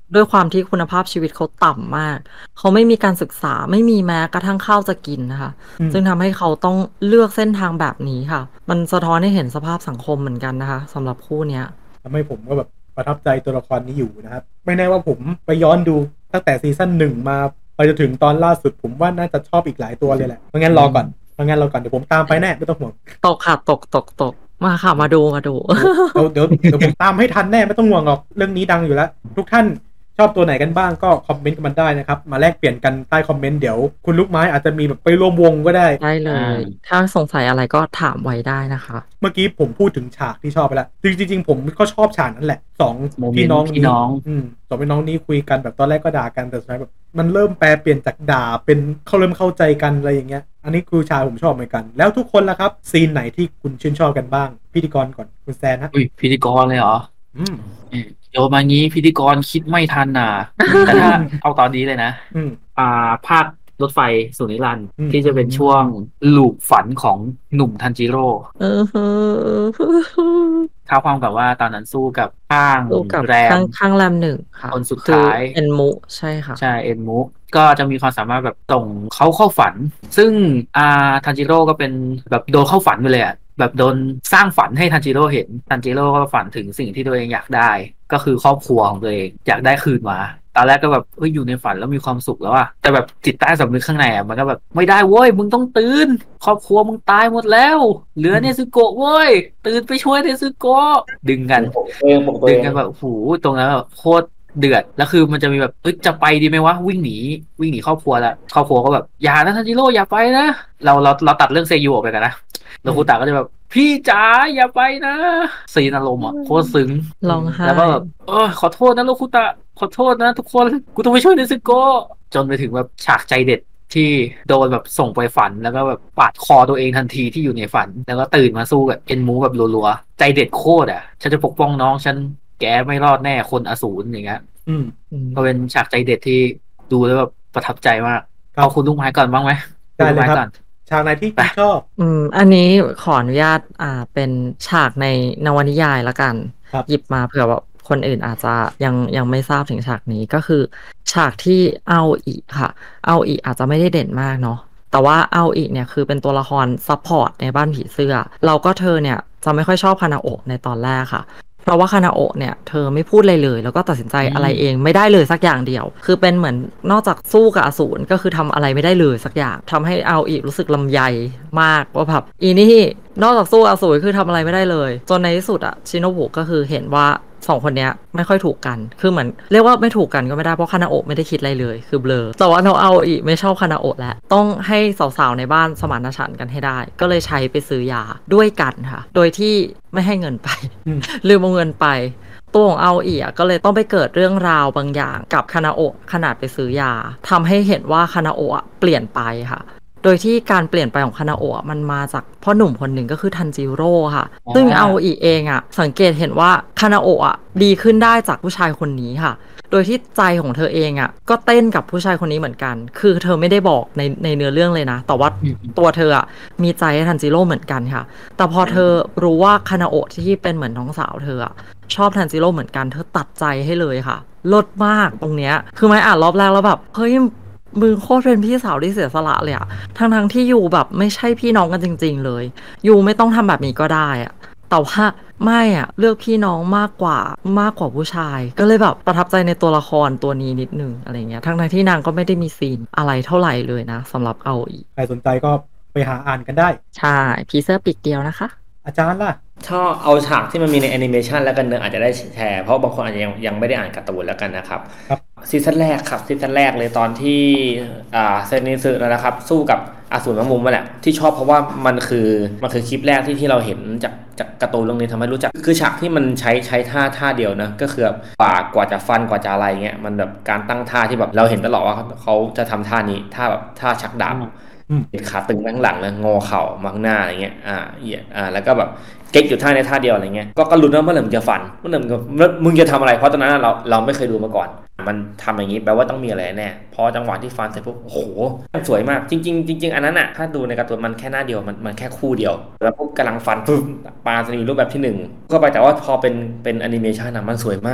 ด้วยความที่คุณภาพชีวิตเขาต่ำมากเขาไม่มีการศึกษาไม่มีแม้กระทั่งข้าวจะกินนะคะซึ่งทำให้เขาต้องเลือกเส้นทางแบบนี้ค่ะมันสะท้อนให้เห็นสภาพสังคมเหมือนกันนะคะสำหรับคู่เนี้ยทำให้ผมก็แบบประทับใจตัวละครนี้อยู่นะครับไม่แน่ว่าผมไปย้อนดูตั้งแต่ซีซั่นหนึ่งมาไปจนถึงตอนล่าสุดผมว่าน่าจะชอบอีกหลายตัวเลยแหละเพราะงั้นรอก่อนเพราะงั้นรอก่อนเดี๋ยวผมตามไปแน่ไม่ต้องห่วงตกค่ะตกตกตกมาค่ะมาดูมาดูเดี๋ยวเดี๋ยวผมตามให้ทันแน่ไม่ต้องห่วงหรอกเรื่องนี้ดังอยู่แล้วทุกท่านชอบตัวไหนกันบ้างก็คอมเมนต์กันมาได้นะครับมาแลกเปลี่ยนกันใต้คอมเมนต์เดี๋ยวคุณลูกไม้อาจจะมีแบบไปร่วมวงก็ได้ได้เลยถ้าสงสัยอะไรก็ถามไว้ได้นะคะเมื่อกี้ผมพูดถึงฉากที่ชอบไปแล้วจริงจริงผมก็ชอบฉากนั้นแหละสองพี่น้องพี่น้องอืมสองพี่น้องนี้คุยกันแบบตอนแรกก็ด่ากันแต่สุดท้ายแบบมันเริ่มแปลเปลี่ยนจากด่าเป็นเขาเริ่มเข้าใจกันอะไรอย่างเงี้ยอันนี้คือฉากผมชอบเหมือนกันแล้วทุกคนล่ะครับซีนไหนที่คุณชื่นชอบกันบ้างพิธีกรก่อนคุณแซนฮะอุ้ยพิธีกรเลยเหรออืมโยนมางี้พิธีกรคิดไม่ทันน่ะแต่ถ้าเอาตอนนี้เลยนะอ่าภาครถไฟสุนิรันดร์ที่จะเป็นช่วงลูปฝันของหนุ่มทันจิโร่ท้าวความกับว่าตอนนั้นสู้กับข้างแรมข้างแรมหนึ่งค่ะคนสุดท้ายเอ็นมุใช่ค่ะใช่เอ็นมุก็จะมีความสามารถแบบส่งเขาเข้าฝันซึ่งอ่าทันจิโร่ก็เป็นแบบโดนเข้าฝันไปเลยอ่ะแบบโดนสร้างฝันให้ทันจิโร่เห็นทันจิโร่ก็ฝันถึงสิ่งที่ตัวเองอยากได้ก็คือครอบครัวของตัวเองอยากได้คืนมาตอนแรกก็แบบเอ้ยอยู่ในฝันแล้วมีความสุขแล้วอะแต่แบบจิตใต้สำนึกข้างในอะมันก็แบบไม่ได้เว้ยมึงต้องตื่นครอบครัวมึงตายหมดแล้วเหลือเนซึโกะเว้ยตื่นไปช่วยเนซึโกะดึงกันดึงกันแบบโหตรงนั้นแบบโคตรเดือดแล้วคือมันจะมีแบบเอ้ยจะไปดีไหมวะวิ่งหนีวิ่งหนีครอบครัวแล้วครอบครัวก็แบบอย่านะทันจิโร่อย่าไปนะเราเราเราตัดเรื่องเซยูออกไปกันนะแล้วคูตาก็จะแบบพี่จ๋าอย่าไปนะซีนอารมณ์อ่ะโคตรซึ้งร้องไห้แล้วก็แบบเออขอโทษนะโลคุตะขอโทษนะทุกคนกูต้องไปช่วยเนซึโกะจนไปถึงแบบฉากใจเด็ดที่โดนแบบส่งไปฝันแล้วก็แบบปาดคอตัวเองทันทีที่อยู่ในฝันแล้วก็ตื่นมาสู้กับเอ็นมูแบบรัวๆใจเด็ดโคตรอ่ะฉันจะปกป้องน้องฉันแกไม่รอดแน่คนอสูรอย่างเงี้ยก็เป็นฉากใจเด็ดที่ดูแล้วแบบประทับใจมากเอาคุณลุงไม้ก่อนบ้างไหมได้เลยครับฉากไหนที่คุณชอบอืมอันนี้ขออนุญาตอ่าเป็นฉากในนวนิยายละกันหยิบมาเผื่อว่าคนอื่นอาจจะยังยังไม่ทราบถึงฉากนี้ก็คือฉากที่เอาอีค่ะเอาอีอาจจะไม่ได้เด่นมากเนาะแต่ว่าเอาอีเนี่ยคือเป็นตัวละครซัพพอร์ตในบ้านผีเสื้อเราก็เธอเนี่ยจะไม่ค่อยชอบคานาโอะในตอนแรกค่ะเพราะว่าคานาโอะเนี่ยเธอไม่พูดอะไรเลยแล้วก็ตัดสินใจอะไรเองไม่ได้เลยสักอย่างเดียวคือเป็นเหมือนนอกจากสู้กับอสูรก็คือทำอะไรไม่ได้เลยสักอย่างทำให้เอาอีรู้สึกลำใยมากว่าแบบอีนี่นอกจากสู้อสูรคือทำอะไรไม่ได้เลยจนในที่สุดอะชิโนบุก็คือเห็นว่าสองคนนี้ไม่ค่อยถูกกันคือเหมือนเรียกว่าไม่ถูกกันก็ไม่ได้เพราะคานาโอะไม่ได้คิดอะไรเลยคือเบลอแต่ว่าเราเอาอีไม่ชอบคานาโอะแล้วต้องให้สาวๆในบ้านสมานฉันท์กันให้ได้ก็เลยใช้ไปซื้อยาด้วยกันค่ะโดยที่ไม่ให้เงินไปลืมเอาเงินไปตัวของเอาอีก็เลยต้องไปเกิดเรื่องราวบางอย่างกับคานาโอะขนาดไปซื้อยาทำให้เห็นว่าคานาโอะเปลี่ยนไปค่ะโดยที่การเปลี่ยนไปของคานาโอะมันมาจากพ่อหนุ่มคนหนึ่งก็คือทันจิโร่ค่ะซึ่งเอาอีเองอ่ะสังเกตเห็นว่าคานาโอะดีขึ้นได้จากผู้ชายคนนี้ค่ะโดยที่ใจของเธอเองอ่ะก็เต้นกับผู้ชายคนนี้เหมือนกันคือเธอไม่ได้บอกในในเนื้อเรื่องเลยนะแต่ว่าตัวเธออ่ะมีใจให้ทันจิโร่เหมือนกันค่ะแต่พอเธอรู้ว่าคานาโอะที่เป็นเหมือนน้องสาวเธออ่ะชอบทันจิโร่เหมือนกันเธอตัดใจให้เลยค่ะลดมากตรงเนี้ยคือไม่อ่านรอบแรกแล้วแบบเฮ้ยมึงโคตรเป็นพี่สาวที่เสียสละเลยอะทั้งทั้งที่อยู่แบบไม่ใช่พี่น้องกันจริงๆเลยอยู่ไม่ต้องทำแบบนี้ก็ได้อะแต่ว่าไม่อะเลือกพี่น้องมากกว่ามากกว่าผู้ชายก็เลยแบบประทับใจในตัวละครตัวนี้นิดนึงอะไรเงี้ยทั้งทั้งที่นางก็ไม่ได้มีซีนอะไรเท่าไหร่เลยนะสำหรับเอาอีใครสนใจก็ไปหาอ่านกันได้ใช่พีเซอร์ปีกเดียวนะคะอาจารย์ล่ะชอบเอาฉากที่มันมีในแอนิเมชันแล้วกันเนอะอาจจะได้แชร์เพราะบางคนอาจจะยังยังไม่ได้อ่านการ์ตูนแล้วกันนะครับครับซีซั่นแรกครับซีซั่นแรกเลยตอนที่อ่าเซนิสึนะครับสู้กับอสูรแมงมุมนั่นแหละที่ชอบเพราะว่ามันคือมันคือคลิปแรกที่ที่เราเห็นจากจากการ์ตูนเรื่องนี้ทำให้รู้จักคือฉากที่มันใช้ใช้ท่าท่าเดียวนะก็คือกว่ากว่าจะฟันกว่าจะอะไรเงี้ยมันแบบการตั้งท่าที่แบบเราเห็นตลอดว่าเขาจะทำท่านี้ท่าแบบท่าชักดาบขาตึงข้างหลังเลยงอเข่ามาข้างหน้าอะไรเงี้ยอ่าเอียดอ่าแล้วก็แบบเก๊กอยู่ท่าในท่าเดียวอะไรเงี้ยก็ก็ลุ้นว่าเมื่อไหร่มึงจะฟันเมื่อไหร่มึงจะมึงจะทำอะไรเพราะตอนนั้นเราเราไม่เคยดูมาก่อนมันทำอย่างนี้แปลว่าต้องมีอะไรแน่พอจังหวะที่ฟันเสร็จปุ๊บโอ้โหสวยมากจริงๆจริงๆอันนั้นอ่ะถ้าดูในการ์ตูนมันแค่หน้าเดียวมันมันแค่คู่เดียวแล้วปุ๊บกำลังฟันปุ๊บปาจะมีรูปแบบที่หนึ่งก็ไปแต่ว่าพอเป็นเป็นแอนิเมชันอ่ะมันสวยมาก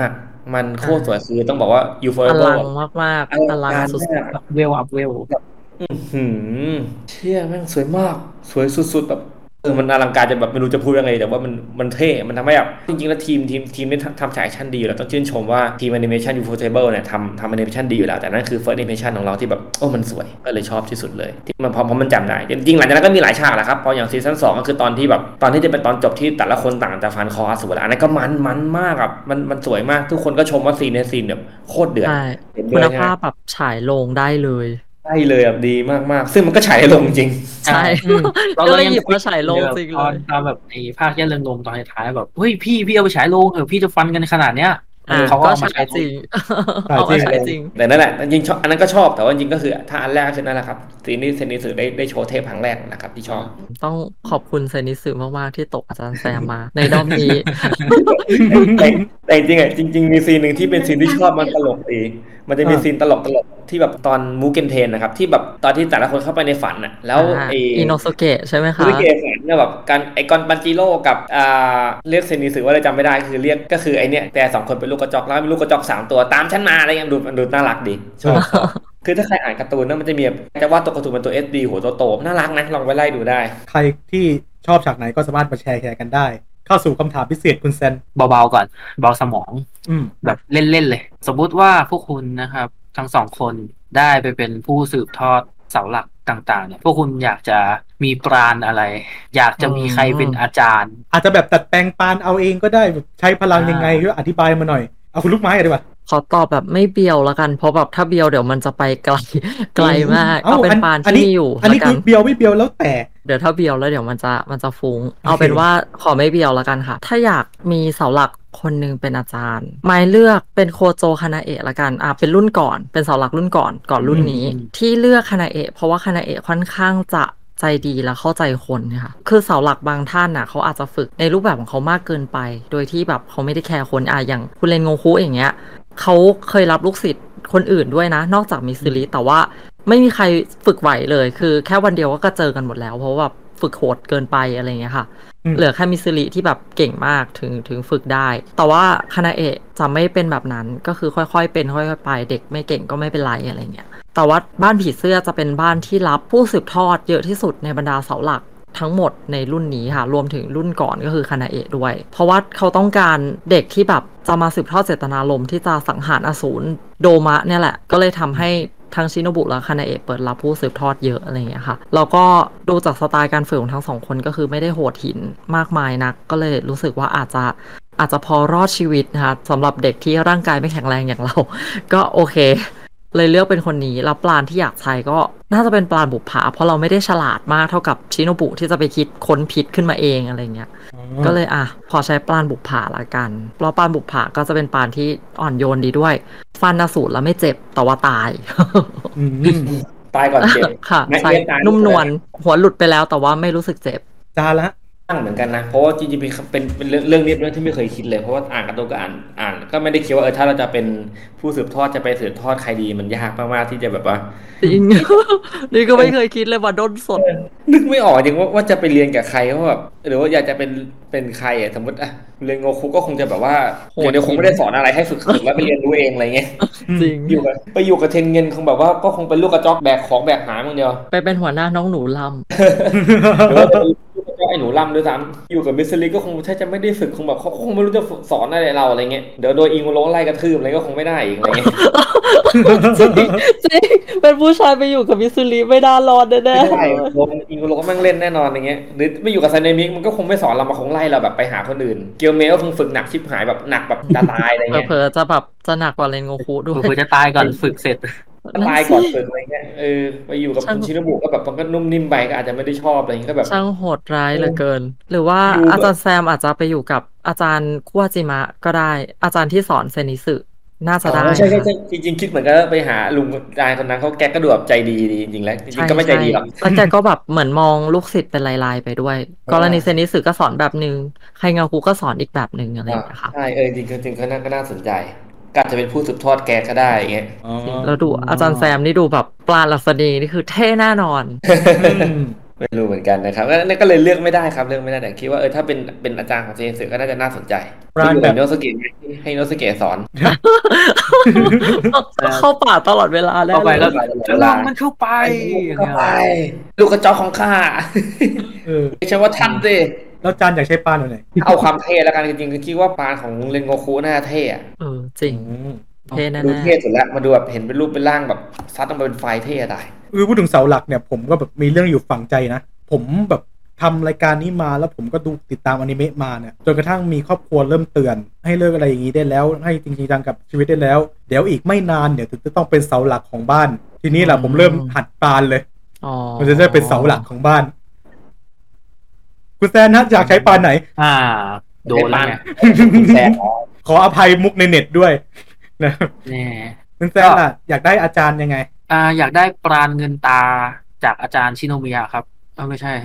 มันโคตรสวยคือต้องบอกว่าอ Ufotable ลังมากๆอลังสุดแบบเวลอัพเวลหืมเชี่ยแม่งสวยมากสวยสุดๆแบบเออมันอลังการจะแบบไม่รู้จะพูดยังไงแต่ว่ามันมันเท่มันทำให้แบบจริงๆแล้วทีมทีมทีมนี้ทำฉากแอคชั่นดีอยู่แล้วต้องชื่นชมว่าทีมแอนิเมชัน Ufotable เนี่ยทำทำแอนิเมชันดีอยู่แล้วแต่นั่นคือ first animation ของเราที่แบบโอ้มันสวยก็เลยชอบที่สุดเลยที่มันพอเพราะมันจำได้จริงๆหลังจากนั้นก็มีหลายฉากแหละครับพออย่างซีซั่นสองก็คือตอนที่แบบตอนที่จะเป็นตอนจบที่แต่ละคนต่างจะฟันคออสูรอันนั้นก็มันมันมากอ่ะมันมันสวยมากทุกคนก็ชมว่าซีนในซีนแบบโคตรเดือดใช่คุณภาพแบบฉายลงได้เลยใช่เลยอ่ะดีมากๆซึ่งมันก็ฉายลงจริงใช่ก็เลยหยิบมาฉายลงจริงเลยตอนแบบไอ้ภาคแย่เริงรมตอนท้ายแบบเฮ้ยพี่พี่เอาไปฉายลงเออพี่จะฟันกันขนาดเนี้ยเขาก็ฉายจริงเอามาฉายจริงแต่นั่นแหละจริงๆอันนั้นก็ชอบแต่ว่าจริงก็คือถ้าอันแรกคือนั่นแหละครับซีนี้เซนิสึได้ได้โชว์เทปครั้งแรกนะครับที่ชอบต้องขอบคุณเซนิสึมากๆที่ตกอาจารย์แซมมาในรอบนี้แต่จริงอ่ะจริงๆมีซีนหนึ่งที่เป็นซีนที่ชอบมันตลกดีมันจะมีซีนตลกตลกที่แบบตอนมูเกนเทนนะครับที่แบบตอนที่แต่ละคนเข้าไปในฝันน่ะแล้วไออินโนสุเกะใช่ไหมคะอินโนสุเกะฝันเนี่ยแบบการไอกอนปันจิโร่กับอ่าเรียกเซนิสึว่าอะไรจำไม่ได้คือเรียกก็คือไอเนี้ยแต่สองคนเป็นลูกกระจอกแล้วมีลูกกระจอกสามตัวตามฉันมาอะไรเงี้ยดูมันดูน่ารักดีชอบคือถ้าใครอ่านการ์ตูนนะมันจะมีจะวาดตัวการ์ตูนเป็นตัว เอส ดี หัวโตๆน่ารักนะลองไปไล่ดูได้ใครที่ชอบฉากไหนก็สามารถมาแชร์แชร์กันได้เข้าสู่คำถามพิเศษคุณเซนเบาๆก่อนเบาสมองแบบเล่นๆเลยสมมุติว่าพวกคุณนะครับทั้งสองคนได้ไปเป็นผู้สืบทอดเสาหลักต่างๆเนี่ยพวกคุณอยากจะมีปราณอะไรอยากจะมีใครเป็นอาจารย์อาจจะแบบตัดแปลงปานเอาเองก็ได้แบบใช้พลังยังไงก็อธิบายมาหน่อยเอาคุณลูกไม้กันดีกว่าขอตอบแบบไม่เบียวแล้วกันเพราะแบบถ้าเบียวเดี๋ยวมันจะไปไกลไกลมากเอาเป็นปานที่มีอยู่อันนี้คือเบียวไม่เบียวแล้วแต่เดี๋ยวถ้าเบียวแล้วเดี๋ยวมันจะมันจะฟุ้งเอาเป็นว่าขอไม่เบียวแล้วกันค่ะถ้าอยากมีเสาหลักคนนึงเป็นอาจารย์ไม้เลือกเป็นโคโจคานาเอะละกันอ่ะเป็นรุ่นก่อนเป็นเสาหลักรุ่นก่อนก่อนรุ่นนี้ที่เลือกคานาเอะเพราะว่าคานาเอะค่อนข้างจะใจดีและเข้าใจคนค่ะคือเสาหลักบางท่านน่ะเขาอาจจะฝึกในรูปแบบของเขามากเกินไปโดยที่แบบเขาไม่ได้แคร์คนอ่ะอย่างคุณเรนโงคุอย่างเงี้ยเขาเคยรับลูกศิษย์คนอื่นด้วยนะนอกจากมิซึริแต่ว่าไม่มีใครฝึกไหวเลยคือแค่วันเดียวก็เจอกันหมดแล้วเพราะว่าฝึกโหดเกินไปอะไรเงี้ยค่ะเหลือแค่มิซึริที่แบบเก่งมากถึงถึงฝึกได้แต่ว่าคานาเอะจะไม่เป็นแบบนั้นก็คือค่อยๆเป็นค่อยๆไปเด็กไม่เก่งก็ไม่เป็นไรอะไรเงี้ยแต่ว่าบ้านผีเสื้อจะเป็นบ้านที่รับผู้สืบทอดเยอะที่สุดในบรรดาเสาหลักทั้งหมดในรุ่นนี้ค่ะรวมถึงรุ่นก่อนก็คือคานาเอะด้วยเพราะว่าเขาต้องการเด็กที่แบบจะมาสืบทอดเจตนารมณ์ที่จะสังหารอสูรโดมะเนี่ยแหละก็เลยทำให้ทั้งชิโนบุและคานาเอะเปิดรับผู้สืบทอดเยอะอะไรอย่างเงี้ยค่ะแล้วก็ดูจากสไตล์การฝึกของทั้งสองคนก็คือไม่ได้โหดหินมากมายนักก็เลยรู้สึกว่าอาจจะอาจจะพอรอดชีวิตนะคะสำหรับเด็กที่ร่างกายไม่แข็งแรงอย่างเราก็โอเคเลยเลือกเป็นคนนี้แล้วปราณที่อยากใช้ก็น่าจะเป็นปราณบุปผาเพราะเราไม่ได้ฉลาดมากเท่ากับชิโนบุที่จะไปคิดค้นพิษขึ้นมาเองอะไรเงี้ยก็เลยอ่ะพอใช้ปราณบุปผาละกันเพราะปราณบุปผาก็จะเป็นปราณที่อ่อนโยนดีด้วยฟันอสูรแล้วไม่เจ็บแต่ว่าตายตายก่อนเจ็บค่ะใช่นุ่มนวลหัวหลุดไปแล้วแต่ว่าไม่รู้สึกเจ็บจ้าละตั้งเหมือนกันนะเพราะว่าจริงๆเป็นเป็นเรื่องนี้เรื่องที่ไม่เคยคิดเลยเพราะว่าอ่านการ์ตูนก็อ่านอ่านก็ไม่ได้คิดว่าเออถ้าเราจะเป็นผู้สืบทอดจะไปสืบทอดใครดีมันยากมากๆที่จะแบบว่าจริงนี่ก็ไม่เคยคิดเลยว่าด้นสดนึกไม่ออกจริงว่าว่าจะไปเรียนกับใครเพราะแบบหรือว่าอยากจะเป็นเป็นใครอ่ะสมมติอ่ะเรียนโงคุก็คงจะแบบว่าเดี๋ยวคงไม่ได้สอนอะไรให้ฝึกฝึกแล้วไปเรียนรู้เองอะไรเงี้ยจริงอยู่กับไปอยู่กับเทนเงินคงแบบว่าก็คงเป็นลูกกระจอกแบกของแบกหามึงเดียวไปเป็นหัวหน้าน้องหนูลำไอ้หนูล่ำด้วยซ้ำอยู่กับมิสซิลิก็คงถ้าจะไม่ได้ฝึกคงแบบเขาคงไม่รู้จะสอนอะไรเราอะไรเงี้ยเดี๋ยวโดยอิงโลไล่กระทืบอะไรก็คงไม่ได้อีกอะไรเงี้ยจริงจริงเป็นผู้ชายไปอยู่กับมิสซิลิไม่ได้รอดแน่ๆใช่โลอิงโลก็มั่งเล่นแน่นอนอย่างเงี้ยหรือไม่อยู่กับไซเนมิกมันก็คงไม่สอนเรามาคงไล่เราแบบไปหาคนอื่นเกียวเมลก็คงฝึกหนักชิบหายแบบหนักแบบจะตายอะไรเงี้ยเผลอจะแบบจะหนักกว่าเรนโงคุด้วยเผลอจะตายก่อนฝึกเสร็จตายก่อนฝึกอะไรเงี้ยเออไปอยู่กับคุณชิโนบุก็แบบมันก็นุ่มนิ่มไปก็อาจจะไม่ได้ชอบอะไรเงี้ยก็แบบช่างโหดร้ายเหลือเกินหรือว่าอาจารย์แซมอาจจะไปอยู่กับอาจารย์คุวาจิมะก็ได้อาจารย์ที่สอนเซนิสึน่าจะได้ใช่ใช่ใช่จริงๆคิดเหมือนกันไปหาลุงอาจารย์คนนั้นเขาแกก็ดูแบบใจดีดีจริงๆแล้วจริงๆก็ไม่ใจดีหรอกแล้วแกก็แบบเหมือนมองลูกศิษย์เป็นลายๆไปด้วยกรณีเซนิสึก็สอนแบบนึงใครเงาคุก็สอนอีกแบบนึงอะไรอย่างเงี้ยค่ะใช่เออจริงๆจริงๆก็น่าก็น่าสนใจก็จะเป็นผู้สืบทอดแกก็ได้เงี้ยแล้วดูอาจารย์แซมนี่ดูแบบปราณลักษณีนี่คือเท่แน่นอนไม่รู้เหมือนกันนะครับนั่นก็เลยเลือกไม่ได้ครับเลือกไม่ได้แต่คิดว่าเออถ้าเป็นเป็นอาจารย์ของเซนสึก็น่าจะน่าสนใจที่อยู่ในโนสเกะให้โนสเกะสอนเข้าป่าตลอดเวลาแล้วเข้าไปแล้วจะลองมันเข้าไปเข้าไปลูกกระจอกของข้าเออไม่ใช่ว่าท่านสิแล้วจานอยากใช้ปานอะไรเอาความเท่แล้วกันจริงๆคิดว่าปานของเรนโงคุน่าเท่อะเออจริงเท่แน่ๆดูเท่สุดแล้วมาดูแบบเห็นเป็นรูปเป็นร่างแบบซัดลงไปเป็นไฟเท่ตายเออพูดถึงเสาหลักเนี่ยผมก็แบบมีเรื่องอยู่ฝังใจนะผมแบบทำรายการนี้มาแล้วผมก็ดูติดตามอนิเมะมาเนี่ยจนกระทั่งมีครอบครัวเริ่มเตือนให้เลิกอะไรอย่างนี้ได้แล้วให้จริงๆจังกับชีวิตได้แล้วเดี๋ยวอีกไม่นานเนี่ยถึงจะต้องเป็นเสาหลักของบ้านทีนี้แหละผมเริ่มหัดปานเลยอ๋อมันจะได้เป็นเสาหลักของบ้านคุณแซนนะอยากใช้ปานไหนอ่าโดนแล้วไงแซนขออภัยมุกในเน็ตด้วยนะแน่คุณแซนล่ะอยากได้อาจารย์ยังไงอ่าอยากได้ปราณเงินตาจากอาจารย์ชิโนมิยะครับเออไม่ใช่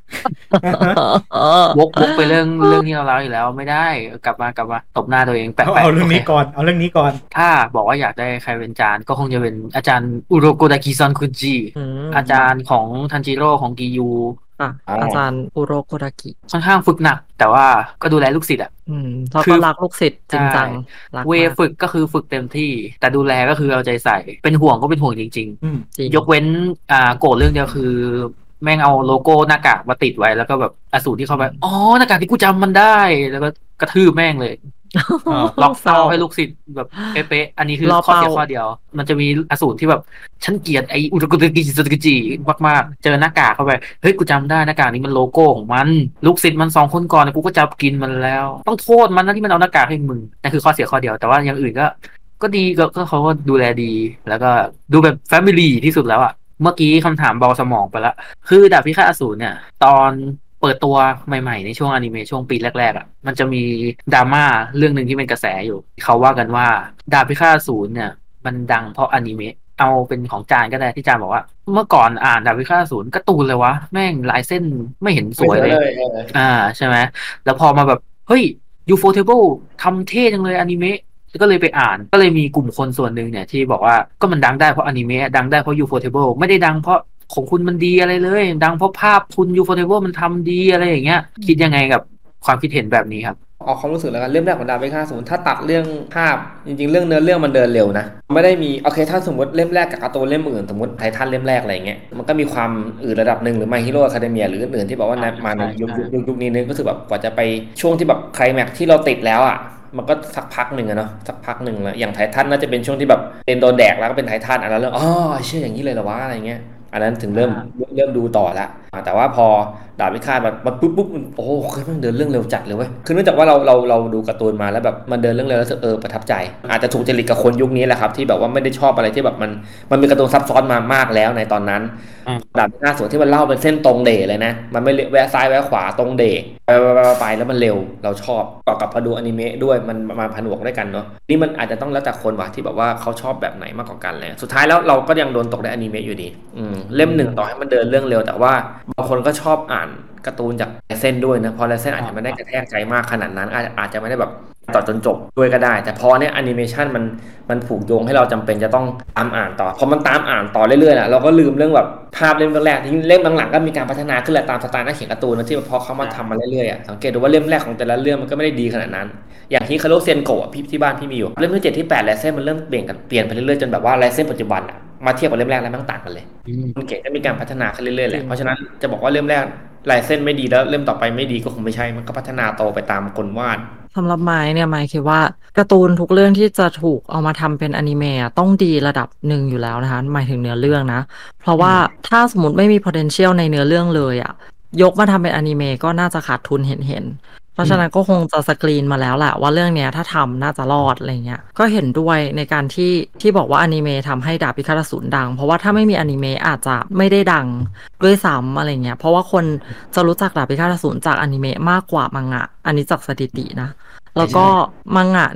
วกวกไปเรื่องเรื่องที่เราเล่าอีกแล้วไม่ได้กลับมากลับมาตบหน้าตัวเองแปะเอาเรื่องนี้ก่อนเอาเรื่องนี้ก่อนถ้าบอกว่าอยากได้ใครเป็นอาจารย์ก็คงจะเป็นอาจารย์อุโรโกดากิซันคุจิอาจารย์ของทันจิโร่ของกิยูอ่ะอาจารย์อุโรโกดากิค่อนข้างฝึกหนักแต่ว่าก็ดูแลลูกศิษย์อ่ะอืมเขาก็รักลูกศิษย์จริงจังเวฝึกก็คือฝึกเต็มที่แต่ดูแลก็คือเอาใจใส่เป็นห่วงก็เป็นห่วงจริงๆยกเว้นอ่าโกรธเรื่องเดียวคือแม่งเอาโลโก้หน้ากากมาติดไว้แล้วก็แบบอสูรที่เข้าไปอ๋อหน้ากากที่กูจำมันได้แล้วก็กระทืบแม่งเลยล็อกเป้าให้ลูกศิษย์แบบเป๊ะๆอันนี้คือข้อเสียข้อเดียวมันจะมีอสูรที่แบบฉันเกลียดไอ้อุตกุตกิจิสุตกิจิมากๆเจอหน้ากากเข้าไปเฮ้ยกูจำได้หน้ากากนี้มันโลโก้ของมันลูกศิษย์มันสองคนก่อนกูก็จับกินมันแล้วต้องโทษมันนะที่มันเอาหน้ากากให้มึงนั่นคือข้อเสียข้อเดียวแต่ว่าอย่างอื่นก็ก็ดีก็เขาก็ดูแลดีแล้วก็ดูแบบแฟมิลี่ที่สุดแล้วอ่ะเมื่อกี้คำถามเบาสมองไปละคือดาบพิฆาตอสูรเนี่ยตอนเปิดตัวใหม่ๆในช่วงอนิเมะช่วงปีแรกๆอ่ะมันจะมีดราม่าเรื่องนึงที่เป็นกระแสอยู่เขาว่ากันว่าดาบพิฆาตอสูรเนี่ยมันดังเพราะอนิเมะเอาเป็นของจานก็ได้ที่จานบอกว่าเมื่อก่อนอ่านดาบพิฆาตอสูรการ์ตูนเลยวะแม่งลายเส้นไม่เห็นสวยเลยอ่าใช่ไหมแล้วพอมาแบบเฮ้ย Ufotable ทำเท่จังเลยอนิเมะก็เลยไปอ่านก็เลยมีกลุ่มคนส่วนหนึ่งเนี่ยที่บอกว่าก็มันดังได้เพราะอนิเมะดังได้เพราะ Ufotable ไม่ได้ดังเพราะของคุณมันดีอะไรเลยดังเพราะภาพคุณ Ufotable มันทำดีอะไรอย่างเงี้ยคิดยังไงกับความคิดเห็นแบบนี้ครับออกความรู้สึกแล้วกันเรื่องแรกของดาบพิฆาตอสูรถ้าตัดเรื่องภาพจริงๆเรื่องเนื้อเรื่องมันเดินเร็วนะไม่ได้มีโอเคถ้าสมมติเล่มแรกกับการ์ตูนเล่มอื่นสมมติไททันเล่มแรกอะไรเงี้ยมันก็มีความอื่นระดับหนึ่งหรือ My Hero Academia หรืออื่นๆที่บอกว่ามาในยุคยุคยุคนี้นึงก็คือแบบกว่าจะไปช่วงที่แบบไคลแม็กซ์ที่เราติดแล้วอ่ะมันก็สักพักหนึ่งอะเนาะสักพักหนึ่งแล้วอย่างไททันน่าจะเป็นช่วงที่แบบเป็นโดนแดกแล้วก็เป็นไททันอันนั้นเรื่องอ๋อเชื่ออย่างนี้เลยเหรอวะอะไรเงี้ยอันนั้นถึงเริ่มเริ่มดูต่อละแต่ว่าพอดาบพิฆาตมันมันปุ๊บปุ๊บโอ้โหมันเดินเรื่องเร็วจัดเลยเว้ยคือเนื่องจากว่าเราเราเราดูการ์ตูนมาแล้วแบบมันเดินเรื่องเร็วแล้วเออประทับใจอาจจะถูกจริตกับคนยุคนี้แหละครับที่แบบว่าไม่ได้ชอบอะไรที่แบบมันมันมีการ์ตูนซับซ้อนมามากแล้วในตอนนั้นดาบพิฆาตส่วนที่มันเล่าเป็นเส้นตรงเด๋เลยนะมันไม่แวะซ้ายแวะขวาตรงเด๋ไปไปไปแล้วมันเร็วเราชอบต่อกับพอดูอนิเมะด้วยมันมาผนวกด้วยกันเนาะนี่มันอาจจะต้องแล้วแต่คนว่ะที่แบบว่าเขาชอบแบบไหนมากกว่ากันเลยสุดท้ายแล้วเราก็ยังโดนตกในอนิเมะอยู่ดีเล่มหนึ่งต่อให้มันเดินเรื่องเร็วแต่ว่าบางคนก็ชอบอ่านการ์ตูนจากลายเส้นด้วยนะพอลายเส้นอาจจะไม่ได้กระแทกใจมากขนาดนั้นอาจจะไม่ได้แบบต่อจนจบด้วยก็ได้แต่พอเนี่ยแอนิเมชันมันมันผูกโยงให้เราจำเป็นจะต้องตามอ่านต่อพอมันตามอ่านต่อเรื่อยๆนะเราก็ลืมเรื่องแบบภาพเล่มแรกที่เล่มหลังๆก็มีการพัฒนาขึ้นแหละตามสไตล์นักเขียนการ์ตูนนะที่พอเขามาทำมาเรื่อยๆสังเกตดูว่าเล่มแรกของแต่ละเรื่องมันก็ไม่ได้ดีขนาดนั้นอย่างที่คาโรเซนโกะพี่ที่บ้านพี่มีอยู่เล่มที่เจ็ดที่แปดลายเส้นมันเริ่มเปลี่ยนกันเปลี่ยนไปเรื่อยๆจนแบบว่าลายเส้นปัจจุบันอะมาเทียบกับเล่มแรกแล้วมันต่างกันเลยมันเก่งก็มีการพัฒนาขึ้นเรื่อยๆแหละเพราะฉะนั้นจะบอกว่าเล่มแรกลายเส้นไม่ดีแล้วเล่มต่อไปไม่ดีก็คงไม่ใช่มันก็พัฒนาโตไปตามคนวาดสำหรับไม้เนี่ยไม้คิดว่าการ์ตูนทุกเรื่องที่จะถูกเอามาทำเป็นอนิเมะต้องดีระดับหนึ่งอยู่แล้วนะคะหมายถึงเนื้อเรื่องนะเพราะว่าถ้าสมมติไม่มี potential ในเนื้อเรื่องเลยอ่ะยกมาทำเป็นอนิเมะก็น่าจะขาดทุนเห็นเห็นเพราะฉะนั้นก็คงจะสกรีนมาแล้วแหละว่าเรื่องเนี้ยถ้าทำน่าจะรอดอะไรเงี้ยก็เห็นด้วยในการที่ที่บอกว่าอนิเมะทำให้ดาบพิฆาตอสูรดังเพราะว่าถ้าไม่มีอนิเมะอาจจะไม่ได้ดังด้วยซ้ำอะไรเงี้ยเพราะว่าคนจะรู้จักดาบพิฆาตอสูรจากอนิเมะมากกว่ามังงะอันนี้จากสถิตินะแล้วก็มังงะเนี่ย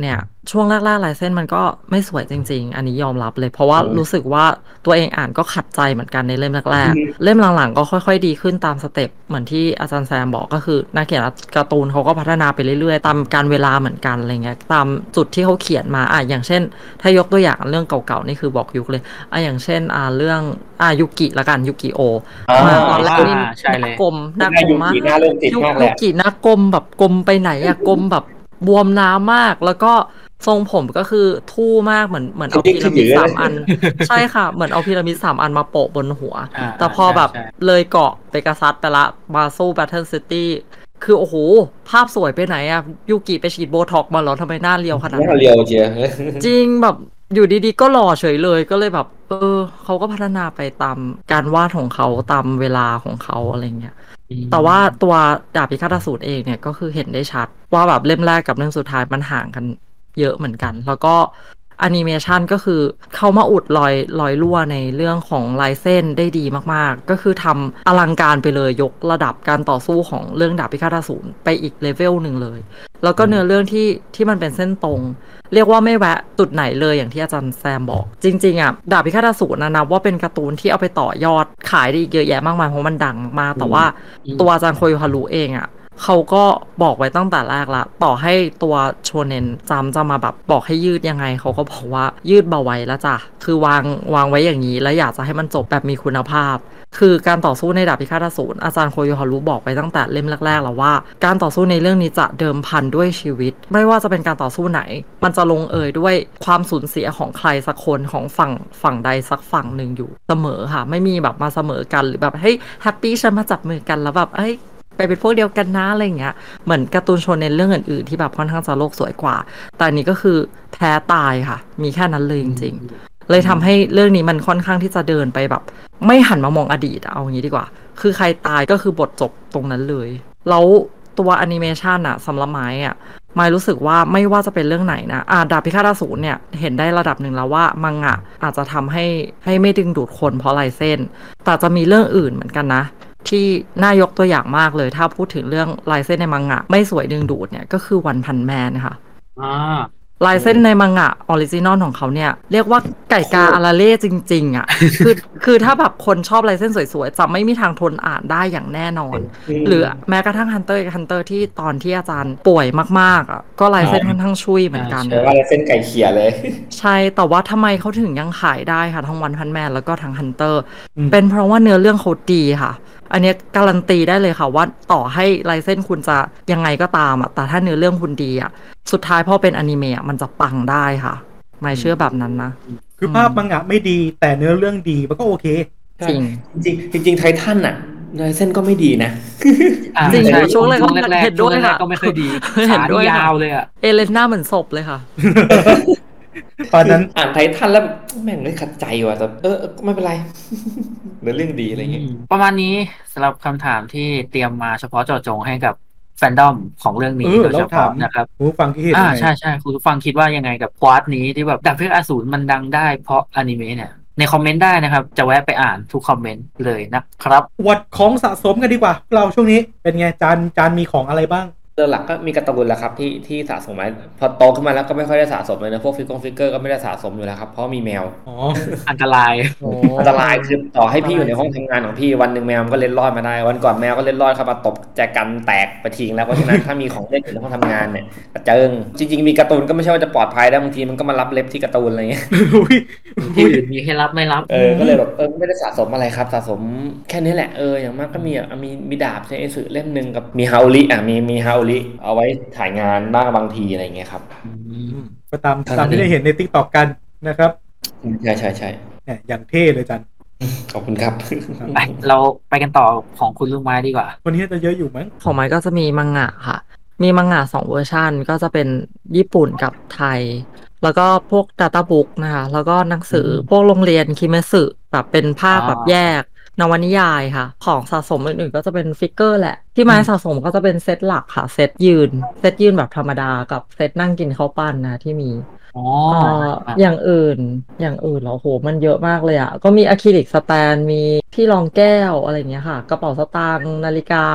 ช่วงแรกๆลายเส้นมันก็ไม่สวยจริงๆอันนี้ยอมรับเลยเพราะว่ารู้สึกว่าตัวเองอ่านก็ขัดใจเหมือนกันในเล่มแรกๆเล่มหลังๆก็ค่อยๆดีขึ้นตามสเต็ปเหมือนที่อาจารย์แซมบอกก็คือนักเขียนการ์ตูนเขาก็พัฒนาไปเรื่อยๆตามการเวลาเหมือนกันอะไรเงี้ยตามจุดที่เขาเขียนมาอ่ะอย่างเช่นถ้ายกตัวอย่างเรื่องเก่าๆนี่คือบอกยุคเลยอ่ะอย่างเช่นอ่าเรื่องอ่ายุกิละกันยุกิโอมาตอนแรกนี่หน้ากลมหน้ากลมมากยุกิหน้ากลมแบบกลมไปไหนอะกลมแบบบวมน้ำมากแล้วก็ทรงผมก็คือทู่มากเหมือนเหมือนเอาพีระมิดสามอันใช่ค่ะเหมือนเอาพีระมิดสามอันมาโปะบนหัวแต่พอแบบเลยเกาะเปกาซัสไปละมาสู้แบทเทิลซิตี้คือโอ้โหภาพสวยไปไหนอะยูกิไปฉีดโบท็อกมาเหรอทำไมหน้าเรียวขนาดนั้นหน้าเรียวเชียจริงแบบอยู่ดีๆก็หล่อเฉยเลยก็เลยแบบเออเขาก็พัฒนาไปตามการวาดของเขาตามเวลาของเขาอะไรเงี้ยแต่ว่าตัวดาบพิฆาตอสูรเองเนี่ยก็คือเห็นได้ชัดว่าแบบเล่มแรกกับเล่มสุดท้ายมันห่างกันเยอะเหมือนกันแล้วก็แอนิเมชันก็คือเขามาอุดรอยรอยรั่วในเรื่องของลายเส้นได้ดีมากๆก็คือทำอลังการไปเลยยกระดับการต่อสู้ของเรื่องดาบพิฆาตอสูรไปอีกเลเวลหนึ่งเลยแล้วก็เนื้อเรื่องที่ที่มันเป็นเส้นตรงเรียกว่าไม่แวะจุดไหนเลยอย่างที่อาจารย์แซมบอกจริงๆอ่ะดาบพิฆาตอสูรนะนับว่าเป็นการ์ตูนที่เอาไปต่อยอดขายได้อีกเยอะแยะมากมายเพราะมันดังมากแต่ว่าตัวอาจารย์โคโยฮารุเองอ่ะเขาก็บอกไว้ตั้งแต่แรกละต่อให้ตัวโชเนนจำจะมาแบบบอกให้ยืดยังไงเขาก็บอกว่ายืดเบาไว้แล้วจ้ะคือวางวางไว้อย่างนี้แล้วอยากจะให้มันจบแบบมีคุณภาพคือการต่อสู้ในดาบพิฆาตอสูรอาจารย์โคโยฮารุบอกไปตั้งแต่เล่มแรกๆแล้วว่าการต่อสู้ในเรื่องนี้จะเดิมพันด้วยชีวิตไม่ว่าจะเป็นการต่อสู้ไหนมันจะลงเอยด้วยความสูญเสียของใครสักคนของฝั่งฝั่งใดสักฝั่งหนึ่งอยู่เสมอค่ะไม่มีแบบมาเสมอกันหรือแบบเฮ้ยแฮปปี้ฉันมาจับมือกันแล้วแบบเอ้ยไปเป็นพวกเดียวกันนะอะไรเงี้ยเหมือนการ์ตูนโชเนนเรื่องอื่นๆที่แบบค่อนข้างจะโลกสวยกว่าแต่อันนี้ก็คือแพ้ตายค่ะมีแค่นั้นเลยจริงๆเลยทำให้เรื่องนี้มันค่อนข้างที่จะเดินไปแบบไม่หันมามองอดีตเอาอย่างนี้ดีกว่าคือใครตายก็คือบทจบตรงนั้นเลยแล้วตัวแอนิเมชันอะสำหรับไม้อะไม้รู้สึกว่าไม่ว่าจะเป็นเรื่องไหนนะอ่าดาบพิฆาตอสูรเนี่ยเห็นได้ระดับหนึ่งแล้วว่ามังงะอาจจะทำให้ให้ไม่ดึงดูดคนเพราะลายเส้นแต่จะมีเรื่องอื่นเหมือนกันนะที่น่ายกตัวอย่างมากเลยถ้าพูดถึงเรื่องลายเส้นในมังงะไม่สวยดึงดูดเนี่ยก็คือวันพันแมนค่ะอ่าลายเส้นในมังงะออริจินอลของเขาเนี่ยเรียกว่าไก่กาอาราเล่จริงๆอ่ะคือคือถ้าแบบคนชอบลายเส้นสวยๆจะไม่มีทางทนอ่านได้อย่างแน่นอนหรือแม้กระทั่งฮันเตอร์ฮันเตอร์ที่ตอนที่อาจารย์ป่วยมากๆอ่ะก็ลายเส้นค่อนข้างชุยเหมือนกันแต่ว่าลายเส้นไก่เขี่ยเลยใช่แต่ว่าทำไมเขาถึงยังขายได้ค่ะทั้งวันพันแมนแล้วก็ทั้งฮันเตอร์เป็นเพราะว่าเนื้อเรื่องเขาดีค่ะอันนี้การันตีได้เลยค่ะว่าต่อให้ลายเส้นคุณจะยังไงก็ตามอ่ะแต่ถ้าเนื้อเรื่องคุณดีอ่ะสุดท้ายพอเป็นอนิเมะมันจะปังได้ค่ะไม่เชื่อแบบนั้นนะคือภาพมังงะไม่ดีแต่เนื้อเรื่องดีมันก็โอเคจริงจริงจริงไททันอ่ะลายเส้นก็ไม่ดีนะจริงช่วงแรกเห็นด้วยค่ะก็ไม่ค่อยดีเห็นด้วยยาวเลยอ่ะเอเลน่าเหมือนศพเลยค่ะตอนนั้นอ่านไททันแล้วแม่งเลยขัดใจว่ะแต่เออไม่เป็นไรเนื้อเรื่องดีอะไรเงี้ยประมาณนี้สำหรับคำถามที่เตรียมมาเฉพาะเจาะจงให้กับแฟนดอมของเรื่องนี้โดยเฉพาะนะครับผู้ฟังคิดอ่าใช่ใช่คุณผู้ฟังคิดว่ายังไงกับควอตนี้ที่แบบดาบพิฆาตอสูรมันดังได้เพราะอนิเมะเนี่ยในคอมเมนต์ได้นะครับจะแวะไปอ่านทุกคอมเมนต์เลยนะครับวัดของสะสมกันดีกว่าเราช่วงนี้เป็นไงจานจานมีของอะไรบ้างเรื่องหลักก็มีการ์ตูนแหละครับที่ที่สะสมไว้พอโตขึ้นมาแล้วก็ไม่ค่อยได้สะสมเลยนะพวกฟิกกงฟิกเกอร์ก็ไม่ได้สะสมอยู่แล้วครับเพราะมีแมวอ๋ออันตรายอันตรายคือต่อให้พี่อยู่ในห้องทำงานของพี่วันหนึ่งแมวมันก็เล็ดลอดมาได้วันก่อนแมวก็เล็ดลอดเข้ามาตบแจกันแตกไปทิ้งแล้วเพราะฉะนั้นถ้ามีของเล่นอยู่ในห้องทำงานเนี่ยกระเจิงจริงๆมีการ์ตูนก็ไม่ใช่ว่าจะปลอดภัยได้บางทีมันก็มารับเล็บที่การ์ตูนอะไรเงี้ยที่อื่นมีให้รับไม่รับเออก็เลยแบบเออไม่ได้สะสมอะไรครับสะสมแค่นี้แหละเอออย่างมากก็มีอ่ะมีมีดาบเซอิสึเล่มนึงกับมีฮาโอริอ่ะมีมีฮาโอริเอาไว้ถ่ายงานบ้างบางทีอะไรเงี้ยครับก็ตามตามที่ได้เห็นใน TikTok กันนะครับใช่ใช่ใช่อย่างเท่เลยจันขอบคุณครับไปเราไปกันต่อของคุณลูกไม้ดีกว่าคนนี้จะเยอะอยู่มั้งของไม้ก็จะมีมังงะค่ะมีมังงะสองเวอร์ชันก็จะเป็นญี่ปุ่นกับไทยแล้วก็พวก Data Book นะคะแล้วก็หนังสือพวกโรงเรียนคิเมสึแบบเป็นภาพแบบแยกนวนิยายค่ะของสะสมอื่นๆก็จะเป็นฟิกเกอร์แหละที่ไม้สะสมก็จะเป็นเซตหลักค่ะเซตยืนเซตยืนแบบธรรมดากับเซตนั่งกินข้าวปั้นนะที่มีอ๋ออย่างอื่นอย่างอื่นเหรอโหมันเยอะมากเลยอ่ะก็มีอะคริลิกสแตนมีที่รองแก้วอะไรเงี้ยค่ะกระเป๋าสตางค์นาฬิกา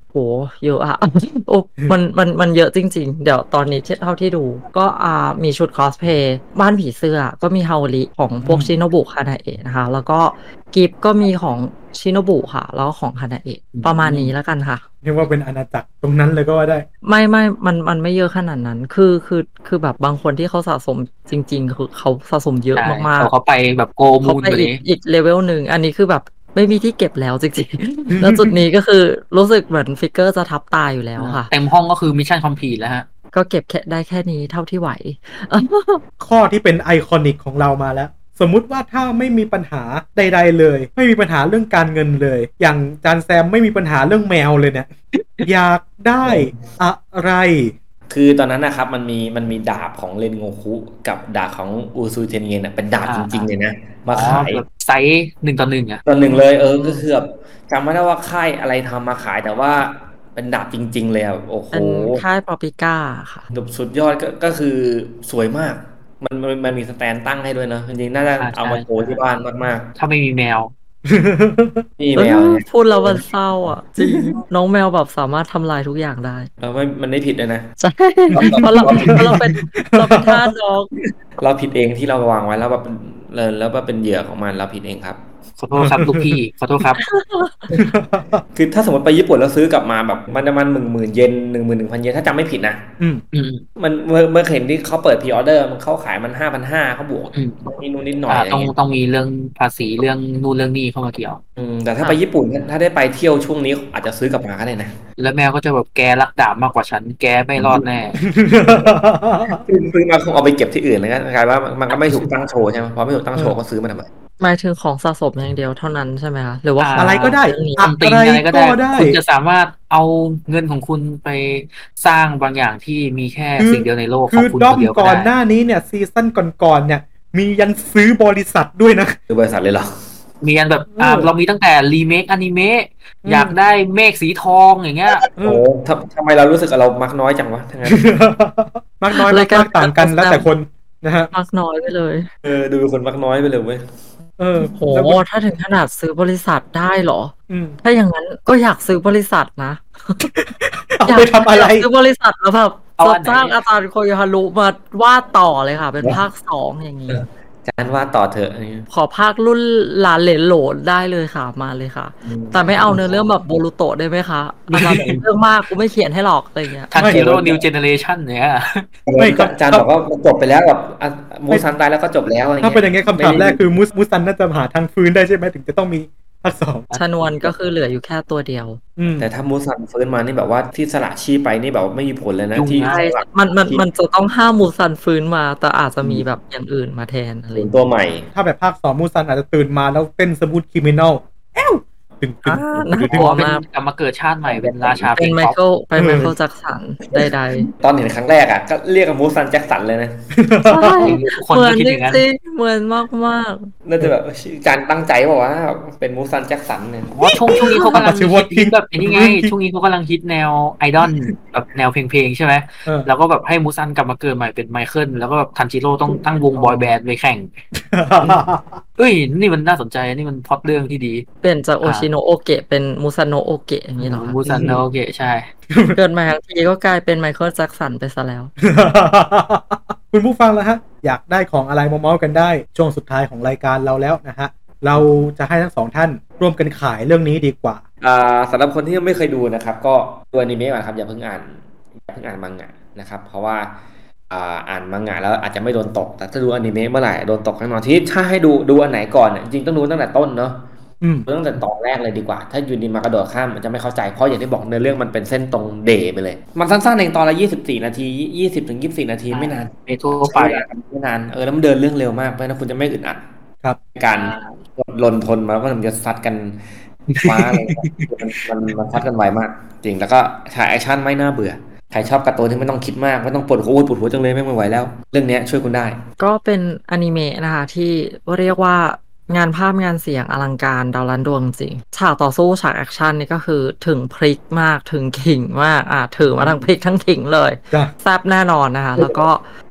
โหเยอะอะ โอ้มันมันมันเยอะจริงๆ เดี๋ยวตอนนี้เท่าที่ดูก็อ่ามีชุดคอสเพย์บ้านผีเสื้อก็มีฮาโอริของพวกชิโนบุคานาเอะนะคะแล้วก็กิฟก็มีของชิโนบุค่ะแล้วก็ของคานาเอะประมาณนี้แล้วกันค่ะเรียกว่าเป็นอาณาจักรตรงนั้นเลยก็ว่าได้ไม่ไม่มันมันไม่เยอะขนาดนั้นคือคือคือแบบบางคนที่เขาสะสมจริงๆคือเขาสะสมเยอะมากๆเขาไปแบบโกมูนไปอีกอีกเลเวลหนึ่งอันนี้คือแบบไม่มีที่เก็บแล้วจริงๆ แล้วจุดนี้ก็คือรู้สึกเหมือนฟิกเกอร์จะทับตาอยู่แล้วค่ะเต็มห้องก็คือมิชชั่นคอมพลีทแล้วฮะก็เก็บแค่ได้แค่นี้เท่าที่ไหวข้อที่เป็นไอคอนิกของเรามาแล้วสมมุติว่าถ้าไม่มีปัญหาใดๆเลยไม่มีปัญหาเรื่องการเงินเลยอย่างจานแซมไม่มีปัญหาเรื่องแมวเลยเนี่ย อยากได้อะไรคือตอนนั้นนะครับมันมีมันมีดาบของเรนโงคุกับดาบของอูซูเทนเงนเป็นดาบจริงๆเลยนะมาขายไซส์หนึ่งต่อหนึ่งอะต่อหนึ่งเลยเออก็คือแบบจำไม่ได้ว่าค่ายอะไรทำมาขายแต่ว่าเป็นดาบจริงๆเลยอ่ะโอ้โหเป็นค่ายปอปิก้าค่ะสุดยอดก็ก็คือสวยมากมันมันมันมีสแตนตั้งให้ด้วยนะจริงๆน่าจะเอามาโชว์ที่บ้านมากๆถ้าไม่มีแมวนี่แมวพูดแล้วมันเศร้าอ่ะจริงน้องแมวแบบสามารถทำลายทุกอย่างได้เราไม่มันไม่ผิดเลยนะใช่เพราะเราเราเป็นเราเป็นทาสน้องเราผิดเองที่เราวางไว้แล้วแบบเลยแล้วว่าเป็นเหยื่อของมันเราผิดเองครับขอโทษครับลูกพี่ขอโทษครับคือถ้าสมมติไปญี่ปุ่นแล้วซื้อกลับมาแบบมันมันหมื่นหมื่นเยนหนึ่งหมื่นหนึ่งพันเยนถ้าจำไม่ผิดนะอืมมันเมื่อเมื่อเห็นที่เขาเปิดพรีออเดอร์มันเข้าขายมันห้าพันห้าเขาบวกนิดนู่นนิดหน่อยต้องต้องมีเรื่องภาษีเรื่องนู่นเรื่องนี้เข้ามาเกี่ยวอืมแต่ถ้าไปญี่ปุ่นถ้าได้ไปเที่ยวช่วงนี้อาจจะซื้อกลับมาก็ได้นะแล้วแมวก็จะแบบแกรักดาบมากกว่าฉันแกไม่รอดแน่ซื้อมาคงเอาไปเก็บที่อื่นเลยก็กลายว่ามันก็ไม่ถูกตั้งโชว์ใช่ไหมพอไม่ถูกตั้งโชว์ก็ซื้อมาทำไมหมายถึงของสะสมอย่างเดียวเท่านั้นใช่ไหมคะหรือว่าอะไรก็ได้อะไรก็ได้คุณจะสามารถเอาเงินของคุณไปสร้างบางอย่างที่มีแค่สิ่งเดียวในโลกของคุณคนเดียวก็ได้คือด้อมก่อนหน้านี้เนี่ยซีซั่นก่อนๆเนี่ยมียันซื้อบริษัทด้วยนะซื้อบริษัทเลยเหรอมียันแบบอ่าเรามีตั้งแต่รีเมคอนิเมะอยากได้เมฆสีทองอย่างเงี้ยโอ้ทำไมเรารู้สึกเรามักน้อยจังวะทั้งนั้นมักน้อยมักต่างกันแล้วแต่คนนะฮะมักน้อยไปเลยเออดูเป็นคนมักน้อยไปเลยเว้ยเออโหถ้าถึงขนาดซื้อบริษัทได้เหรอถ้าอย่างนั้นก็อยากซื้อบริษัทนะเอาไปทำอะไรซื้อบริษัทแล้วแบบจ้างอาจารย์โคโยฮารุมาวาดต่อเลยค่ะเป็นภาคสองอย่างนี้จานวาดต่อเถอะขอภาครุ่นหลานเหลนโหลดได้เลยค่ะมาเลยค่ะแต่ไม่เอาเนื้อเรื่องแบบโบรูโตะได้ไหมคะอาจารย์เรื่องมากกูไม่เขียนให้หรอกอะไรเงี้ยทันจิโร่นิวเจเนเรชั่นเนี่ยไม่ก็อาจารย์บอกว่าจบไปแล้วแบบมูซันตายแล้วก็จบแล้วอะไรเงี้ยถ้าเป็นอย่างเงี้ยคำถามแรกคือมูมูซันน่าจะหาทางฟื้นได้ใช่ไหมถึงจะต้องมีภาคสองชนวนก็คือเหลืออยู่แค่ตัวเดียวแต่ถ้ามูซันฟื้นมานี่แบบว่าที่สละชีพไปนี่แบบไม่มีผลเลยนะที่มันมันมันจะต้องห้ามมูซันฟื้นมาแต่อาจจะมีแบบอย่างอื่นมาแทนอะไรตัวใหม่ถ้าแบบภาคสองมูซันอาจจะตื่นมาแล้วเต้นสมูทคริมินอลแอ้วตึงตึงน่ากลัวมากกลับมาเกิดชาติใหม่เป็นราชาเป็นไมเคิลเป็นไมเคิลแจ็คสันใดๆตอนเห็นครั้งแรกอ่ะก็เรียกมูซันแจ็คสันเลยนะเหมือนจริงๆเหมือนมากมากน่าจะแบบจานตั้งใจบอกว่าเป็นมูซันแจ็คสันเนี่ยว่าช่วงช่วงนี้เขากำลังฮิตแบบนี้ไงช่วงนี้เขากำลังฮิตแนวไอดอลแบบแนวเพลงๆใช่ไหมแล้วก็แบบให้มูซันกลับมาเกิดใหม่เป็นไมเคิลแล้วก็แบบทันจิโร่ต้องตั้งวงบอยแบนด์ไปแข่งเอ้ยนี่มันน่าสนใจนี่มันพล็อตเรื่องที่ดีเปลี่ยนจากโอชิโนโอเกะเป็นมูซันโนโอเกะอย่างนี้เหรอมูซันโนโอเกะใช่เกิดมาทั้งทีก็กลายเป็นไมเคิลแจ็คสันไปซะแล้วคุณผู้ฟังแล้วฮะอยากได้ของอะไรมาเมาส์กันได้ช่วงสุดท้ายของรายการเราแล้วนะฮะเราจะให้ทั้งสองท่านร่วมกันขายเรื่องนี้ดีกว่าอ่าสำหรับคนที่ยังไม่เคยดูนะครับก็ดูอนิเมะก่อนครับอย่าเพิ่งอ่านอย่าเพิ่งอ่านมังงะนะครับเพราะว่าอ่าอ่านมังงะแล้วอาจจะไม่โดนตกแต่ถ้าดูอนิเมะเมื่อไหร่โดนตกแน่นอนที่ถ้าให้ดูดูอันไหนก่อนจริงต้องดูตั้งแต่ต้นเนาะดูตั้งแต่ตอนแรกเลยดีกว่าถ้าอยู่ดีมากระโดดข้ามมันจะไม่เข้าใจเพราะอย่างที่บอกเนื้อเรื่องมันเป็นเส้นตรงเดย์ไปเลยมันสั้นๆเองตอนละยี่สิบสี่นาทียี่สิบถึงยี่สิบสี่นาทีไม่นานไปทั่วไปไม่นานเออแล้วมันเดินเรื่องเร็วมากเพราะฉะนั้นคุณจะไม่อึดอัดครับการลนทนมาก็มันจะซัดกันฟ้าอะไรมันมันมันซัดกันไวมากจริงแล้วก็ฉากแอคชั่นไม่น่าเบื่อใครชอบการ์ตูนที่ไม่ต้องคิดมากไม่ต้องปวดหัวปวดหัวจังเลยไม่ไหวแล้วเรื่องนี้ช่วยคุณได้ก็เป็นอนิเมะนะคะที่เรียกว่างานภาพงานเสียงอลังการดาวล้านดวงจริงฉากต่อสู้ฉากแอคชั่นนี่ก็คือถึงพริกมากถึงขิงมากอ่ะถือมาทั้งพริกทั้งขิงเลยแซ่บแน่นอนนะคะแล้วก็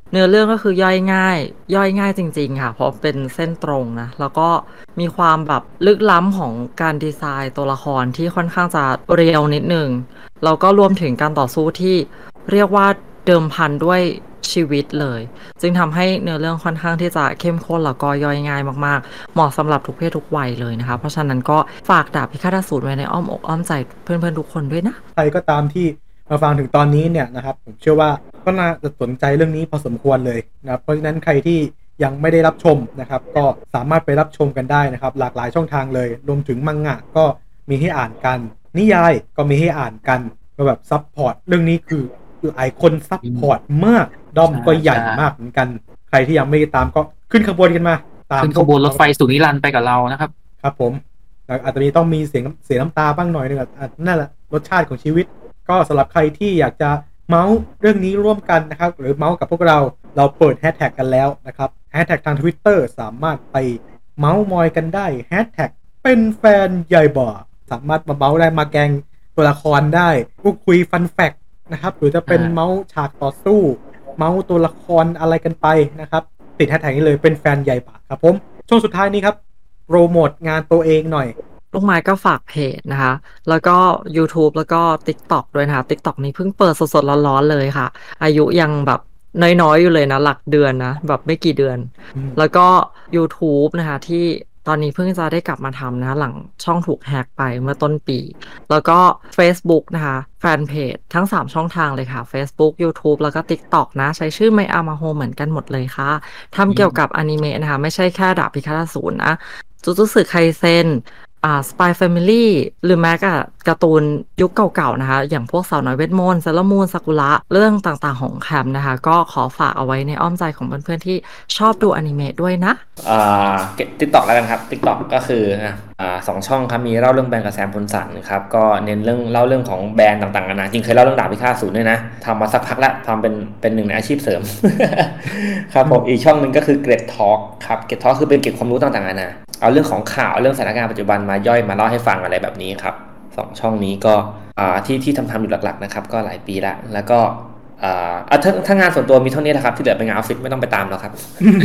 เนื้อเรื่องก็คือย่อยง่ายย่อยง่ายจริงๆค่ะเพราะเป็นเส้นตรงนะแล้วก็มีความแบบลึกล้ำของการดีไซน์ตัวละครที่ค่อนข้างจะเรียวนิดนึงแล้วก็รวมถึงการต่อสู้ที่เรียกว่าเดิมพันด้วยชีวิตเลยจึงทำให้เนื้อเรื่องค่อนข้างที่จะเข้มข้นแล้วก็ย่อยง่ายมากๆเหมาะสำหรับทุกเพศทุกวัยเลยนะคะเพราะฉะนั้นก็ฝากดาบพิฆาตอสูรไว้ในอ้อมอกอ้อมใจเพื่อนๆทุกคนด้วยนะใครก็ตามที่มาฟังถึงตอนนี้เนี่ยนะครับผมเชื่อว่าก็น่าจะสนใจเรื่องนี้พอสมควรเลยนะเพราะฉะนั้นใครที่ยังไม่ได้รับชมนะครับก็สามารถไปรับชมกันได้นะครับหลากหลายช่องทางเลยรวมถึงมังงะก็มีให้อ่านกันนิยายก็มีให้อ่านกันก็แบบซัพพอร์ตเรื่องนี้คือหลายคนซัพพอร์ตมากดอมก็ใหญ่มากเหมือนกันใครที่ยังไม่ได้ตามก็ขึ้นขบวนกันมาตามขึ้นขบวนรถไฟสู่นิรันดร์ไปกับเรานะครับครับผมอาจจะมีต้องมีเสียงเสียงน้ำตาบ้างหน่อยนึงอ่ะนั่นแหละรสชาติของชีวิตก็สำหรับใครที่อยากจะเมาส์เรื่องนี้ร่วมกันนะครับหรือเมาส์กับพวกเราเราเปิดแฮชแท็กกันแล้วนะครับแฮชแท็กทาง Twitter สามารถไปเมาส์มอยกันได้แฮชแท็กเป็นแฟนใหญ่บ่สามารถมาเมาส์ได้มาแกงตัวละครได้พูดคุยฟันแฟกต์นะครับหรือจะเป็นเมาส์ฉากต่อสู้เมาส์ตัวละครอะไรกันไปนะครับติดแฮชแท็กนี้เลยเป็นแฟนใหญ่บ่ครับผมช่วงสุดท้ายนี้ครับโปรโมทงานตัวเองหน่อยลูกไม้ก็ฝากเพจนะคะแล้วก็ YouTube แล้วก็ TikTok ด้วยนะคะ TikTok นี้เพิ่งเปิดสดๆร้อนๆเลยค่ะอายุยังแบบน้อยๆอยู่เลยนะหลักเดือนนะแบบไม่กี่เดือนแล้วก็ YouTube นะคะที่ตอนนี้เพิ่งจะได้กลับมาทำนะหลังช่องถูกแฮกไปเมื่อต้นปีแล้วก็ Facebook นะคะแฟนเพจทั้งสามช่องทางเลยค่ะ Facebook YouTube แล้วก็ TikTok นะใช้ชื่อไมอามาโฮเหมือนกันหมดเลยค่ะทำเกี่ยวกับอนิเมะนะคะไม่ใช่แค่ดาบพิฆาตอสูรนะจูจูสึไคเซ็นอ่า Spy Family หรือแม้กระการ์ตูนยุคเก่าๆนะคะอย่างพวกสาวน้อยเวทมนต์เซเลอร์มูนซากุระเรื่องต่างๆของแคมนะคะก็ขอฝากเอาไว้ในอ้อมใจของเพื่อนๆที่ชอบดูอนิเมะด้วยนะอ่า TikTok แล้วกันครับ TikTok ก็คืออ่าสองช่องครับมีเล่าเรื่องแบรนด์กับแซมพลสันครับก็เน้นเรื่องเล่าเรื่องของแบรนด์ต่างๆนะจริงเคยเล่าเรื่องดาบพิฆาตอสูรด้วยนะทำมาสักพักแล้วทำเป็นเป็นหนึ่งในอาชีพเสริม ครับผมอีกช่องนึงก็คือ Great Talk ครับ Great Talk คือเป็นเก็บความรู้ต่างๆนะเอาเรื่องของข่าวเรื่องสถานการณ์ปัจจุบันมาย่อยมาเล่าให้ฟังอะไรแบบนี้ครับสองช่องนี้ก็อ่าที่ที่ทำทำอยู่หลักๆนะครับก็หลายปีละแล้วก็อ่าเอาถ้าถ้างานส่วนตัวมีเท่านี้นะครับที่เหลือเป็นงานออฟฟิศไม่ต้องไปตามแล้วครับ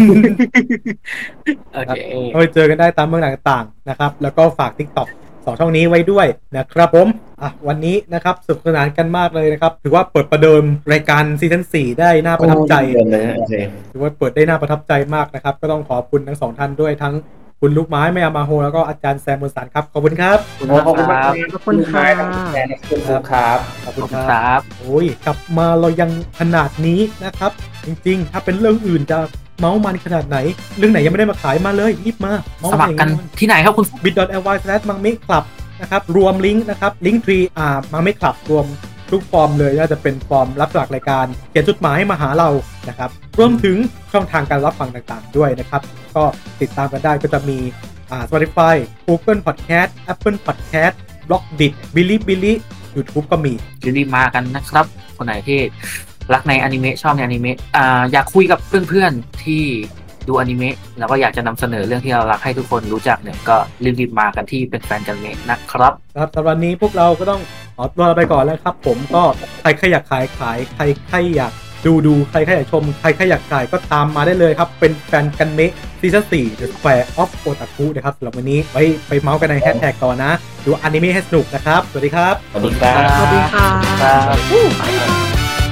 โอเคเอาไปเจอกันได้ตามเมืองต่างๆนะครับแล้วก็ฝาก TikTok สองช่องนี้ไว้ด้วยนะครับผมอ่ะวันนี้นะครับสนุกสนานกันมากเลยนะครับถือว่าเปิดประเดิมรายการซีซั่นสี่ได้น่าประทับใจเลยนะถือว่าเปิดได้น่าประทับใจมากนะครับก็ต้องขอบคุณทั้งสองท่านด้วยทั้งคุณลูกไม้แม่อามาโฮแล้วก็อาจารย์แซมบนสารครับขอบคุณครับขอบคุณมากขอบคุณครับขอบคุณครับขอบคุณครับโอ้ยกลับมาเรายังขนาดนี้นะครับจริงๆถ้าเป็นเรื่องอื่นจะเมาส์มันขนาดไหนเรื่องไหนยังไม่ได้มาขายมาเลยรีบมาสมัครกันที่ไหนครับคุณบิต ดอท แอล วาย สแลช มังเมะ คลับ นะครับรวมลิงก์นะครับลิงก์ทรีอ่ามังเมะ คลับรวมทุกฟอร์มเลยน่าจะเป็นฟอร์มรับสมัครรายการเขียนจดหมายมาหาเรานะครับรวมถึงช่องทางการรับฟังต่างๆด้วยนะครับก็ติดตามกันได้ก็จะมีอ่า Spotify Google Podcast Apple Podcast Blogdit Bilibili YouTube ก็มีรีบมากันนะครับคนไหนที่รักในอนิเมะชอบในอนิเมะอ่าอยากคุยกับเพื่อนๆที่ดูอนิเมะแล้วก็อยากจะนำเสนอเรื่องที่เรารักให้ทุกคนรู้จักเนี่ยก็รีบๆมากันที่เป็นแฟนกันเมะนะครับครับสำหรับวันนี้พวกเราก็ต้องขอตัวไปก่อนแล้วครับผมก็ใครใครอยากขายขายใครใครอยากดูดูใครใครอยากชมใครใครอยากขายก็ตามมาได้เลยครับเป็นแฟนกันเมะซีซั่นสี่ The Square of Otaku นะครับสำหรับวันนี้ไว้ไปเมาส์กันในแฮชแท็กต่อนะดูอนิเมะให้สนุกนะครับสวัสดีครับสวัสดีครับสวัสดีค่ะบ๊ายบาย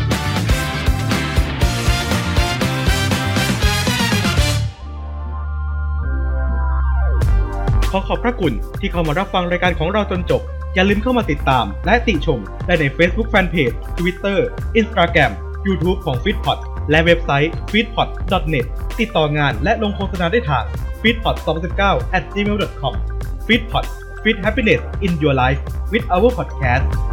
ขอขอบพระคุณที่เข้ามารับฟังรายการของเราจนจบอย่าลืมเข้ามาติดตามและติชมได้ใน Facebook Fanpage Twitter Instagram YouTube ของ Feedpot และเว็บไซต์ ฟีดพอต ดอท เน็ต ติดต่องานและลงโฆษณาได้ทาง ฟีดพอต สองพันสิบเก้า แอท จีเมล ดอท คอม Feedpot Feed Happiness in Your Life with our podcast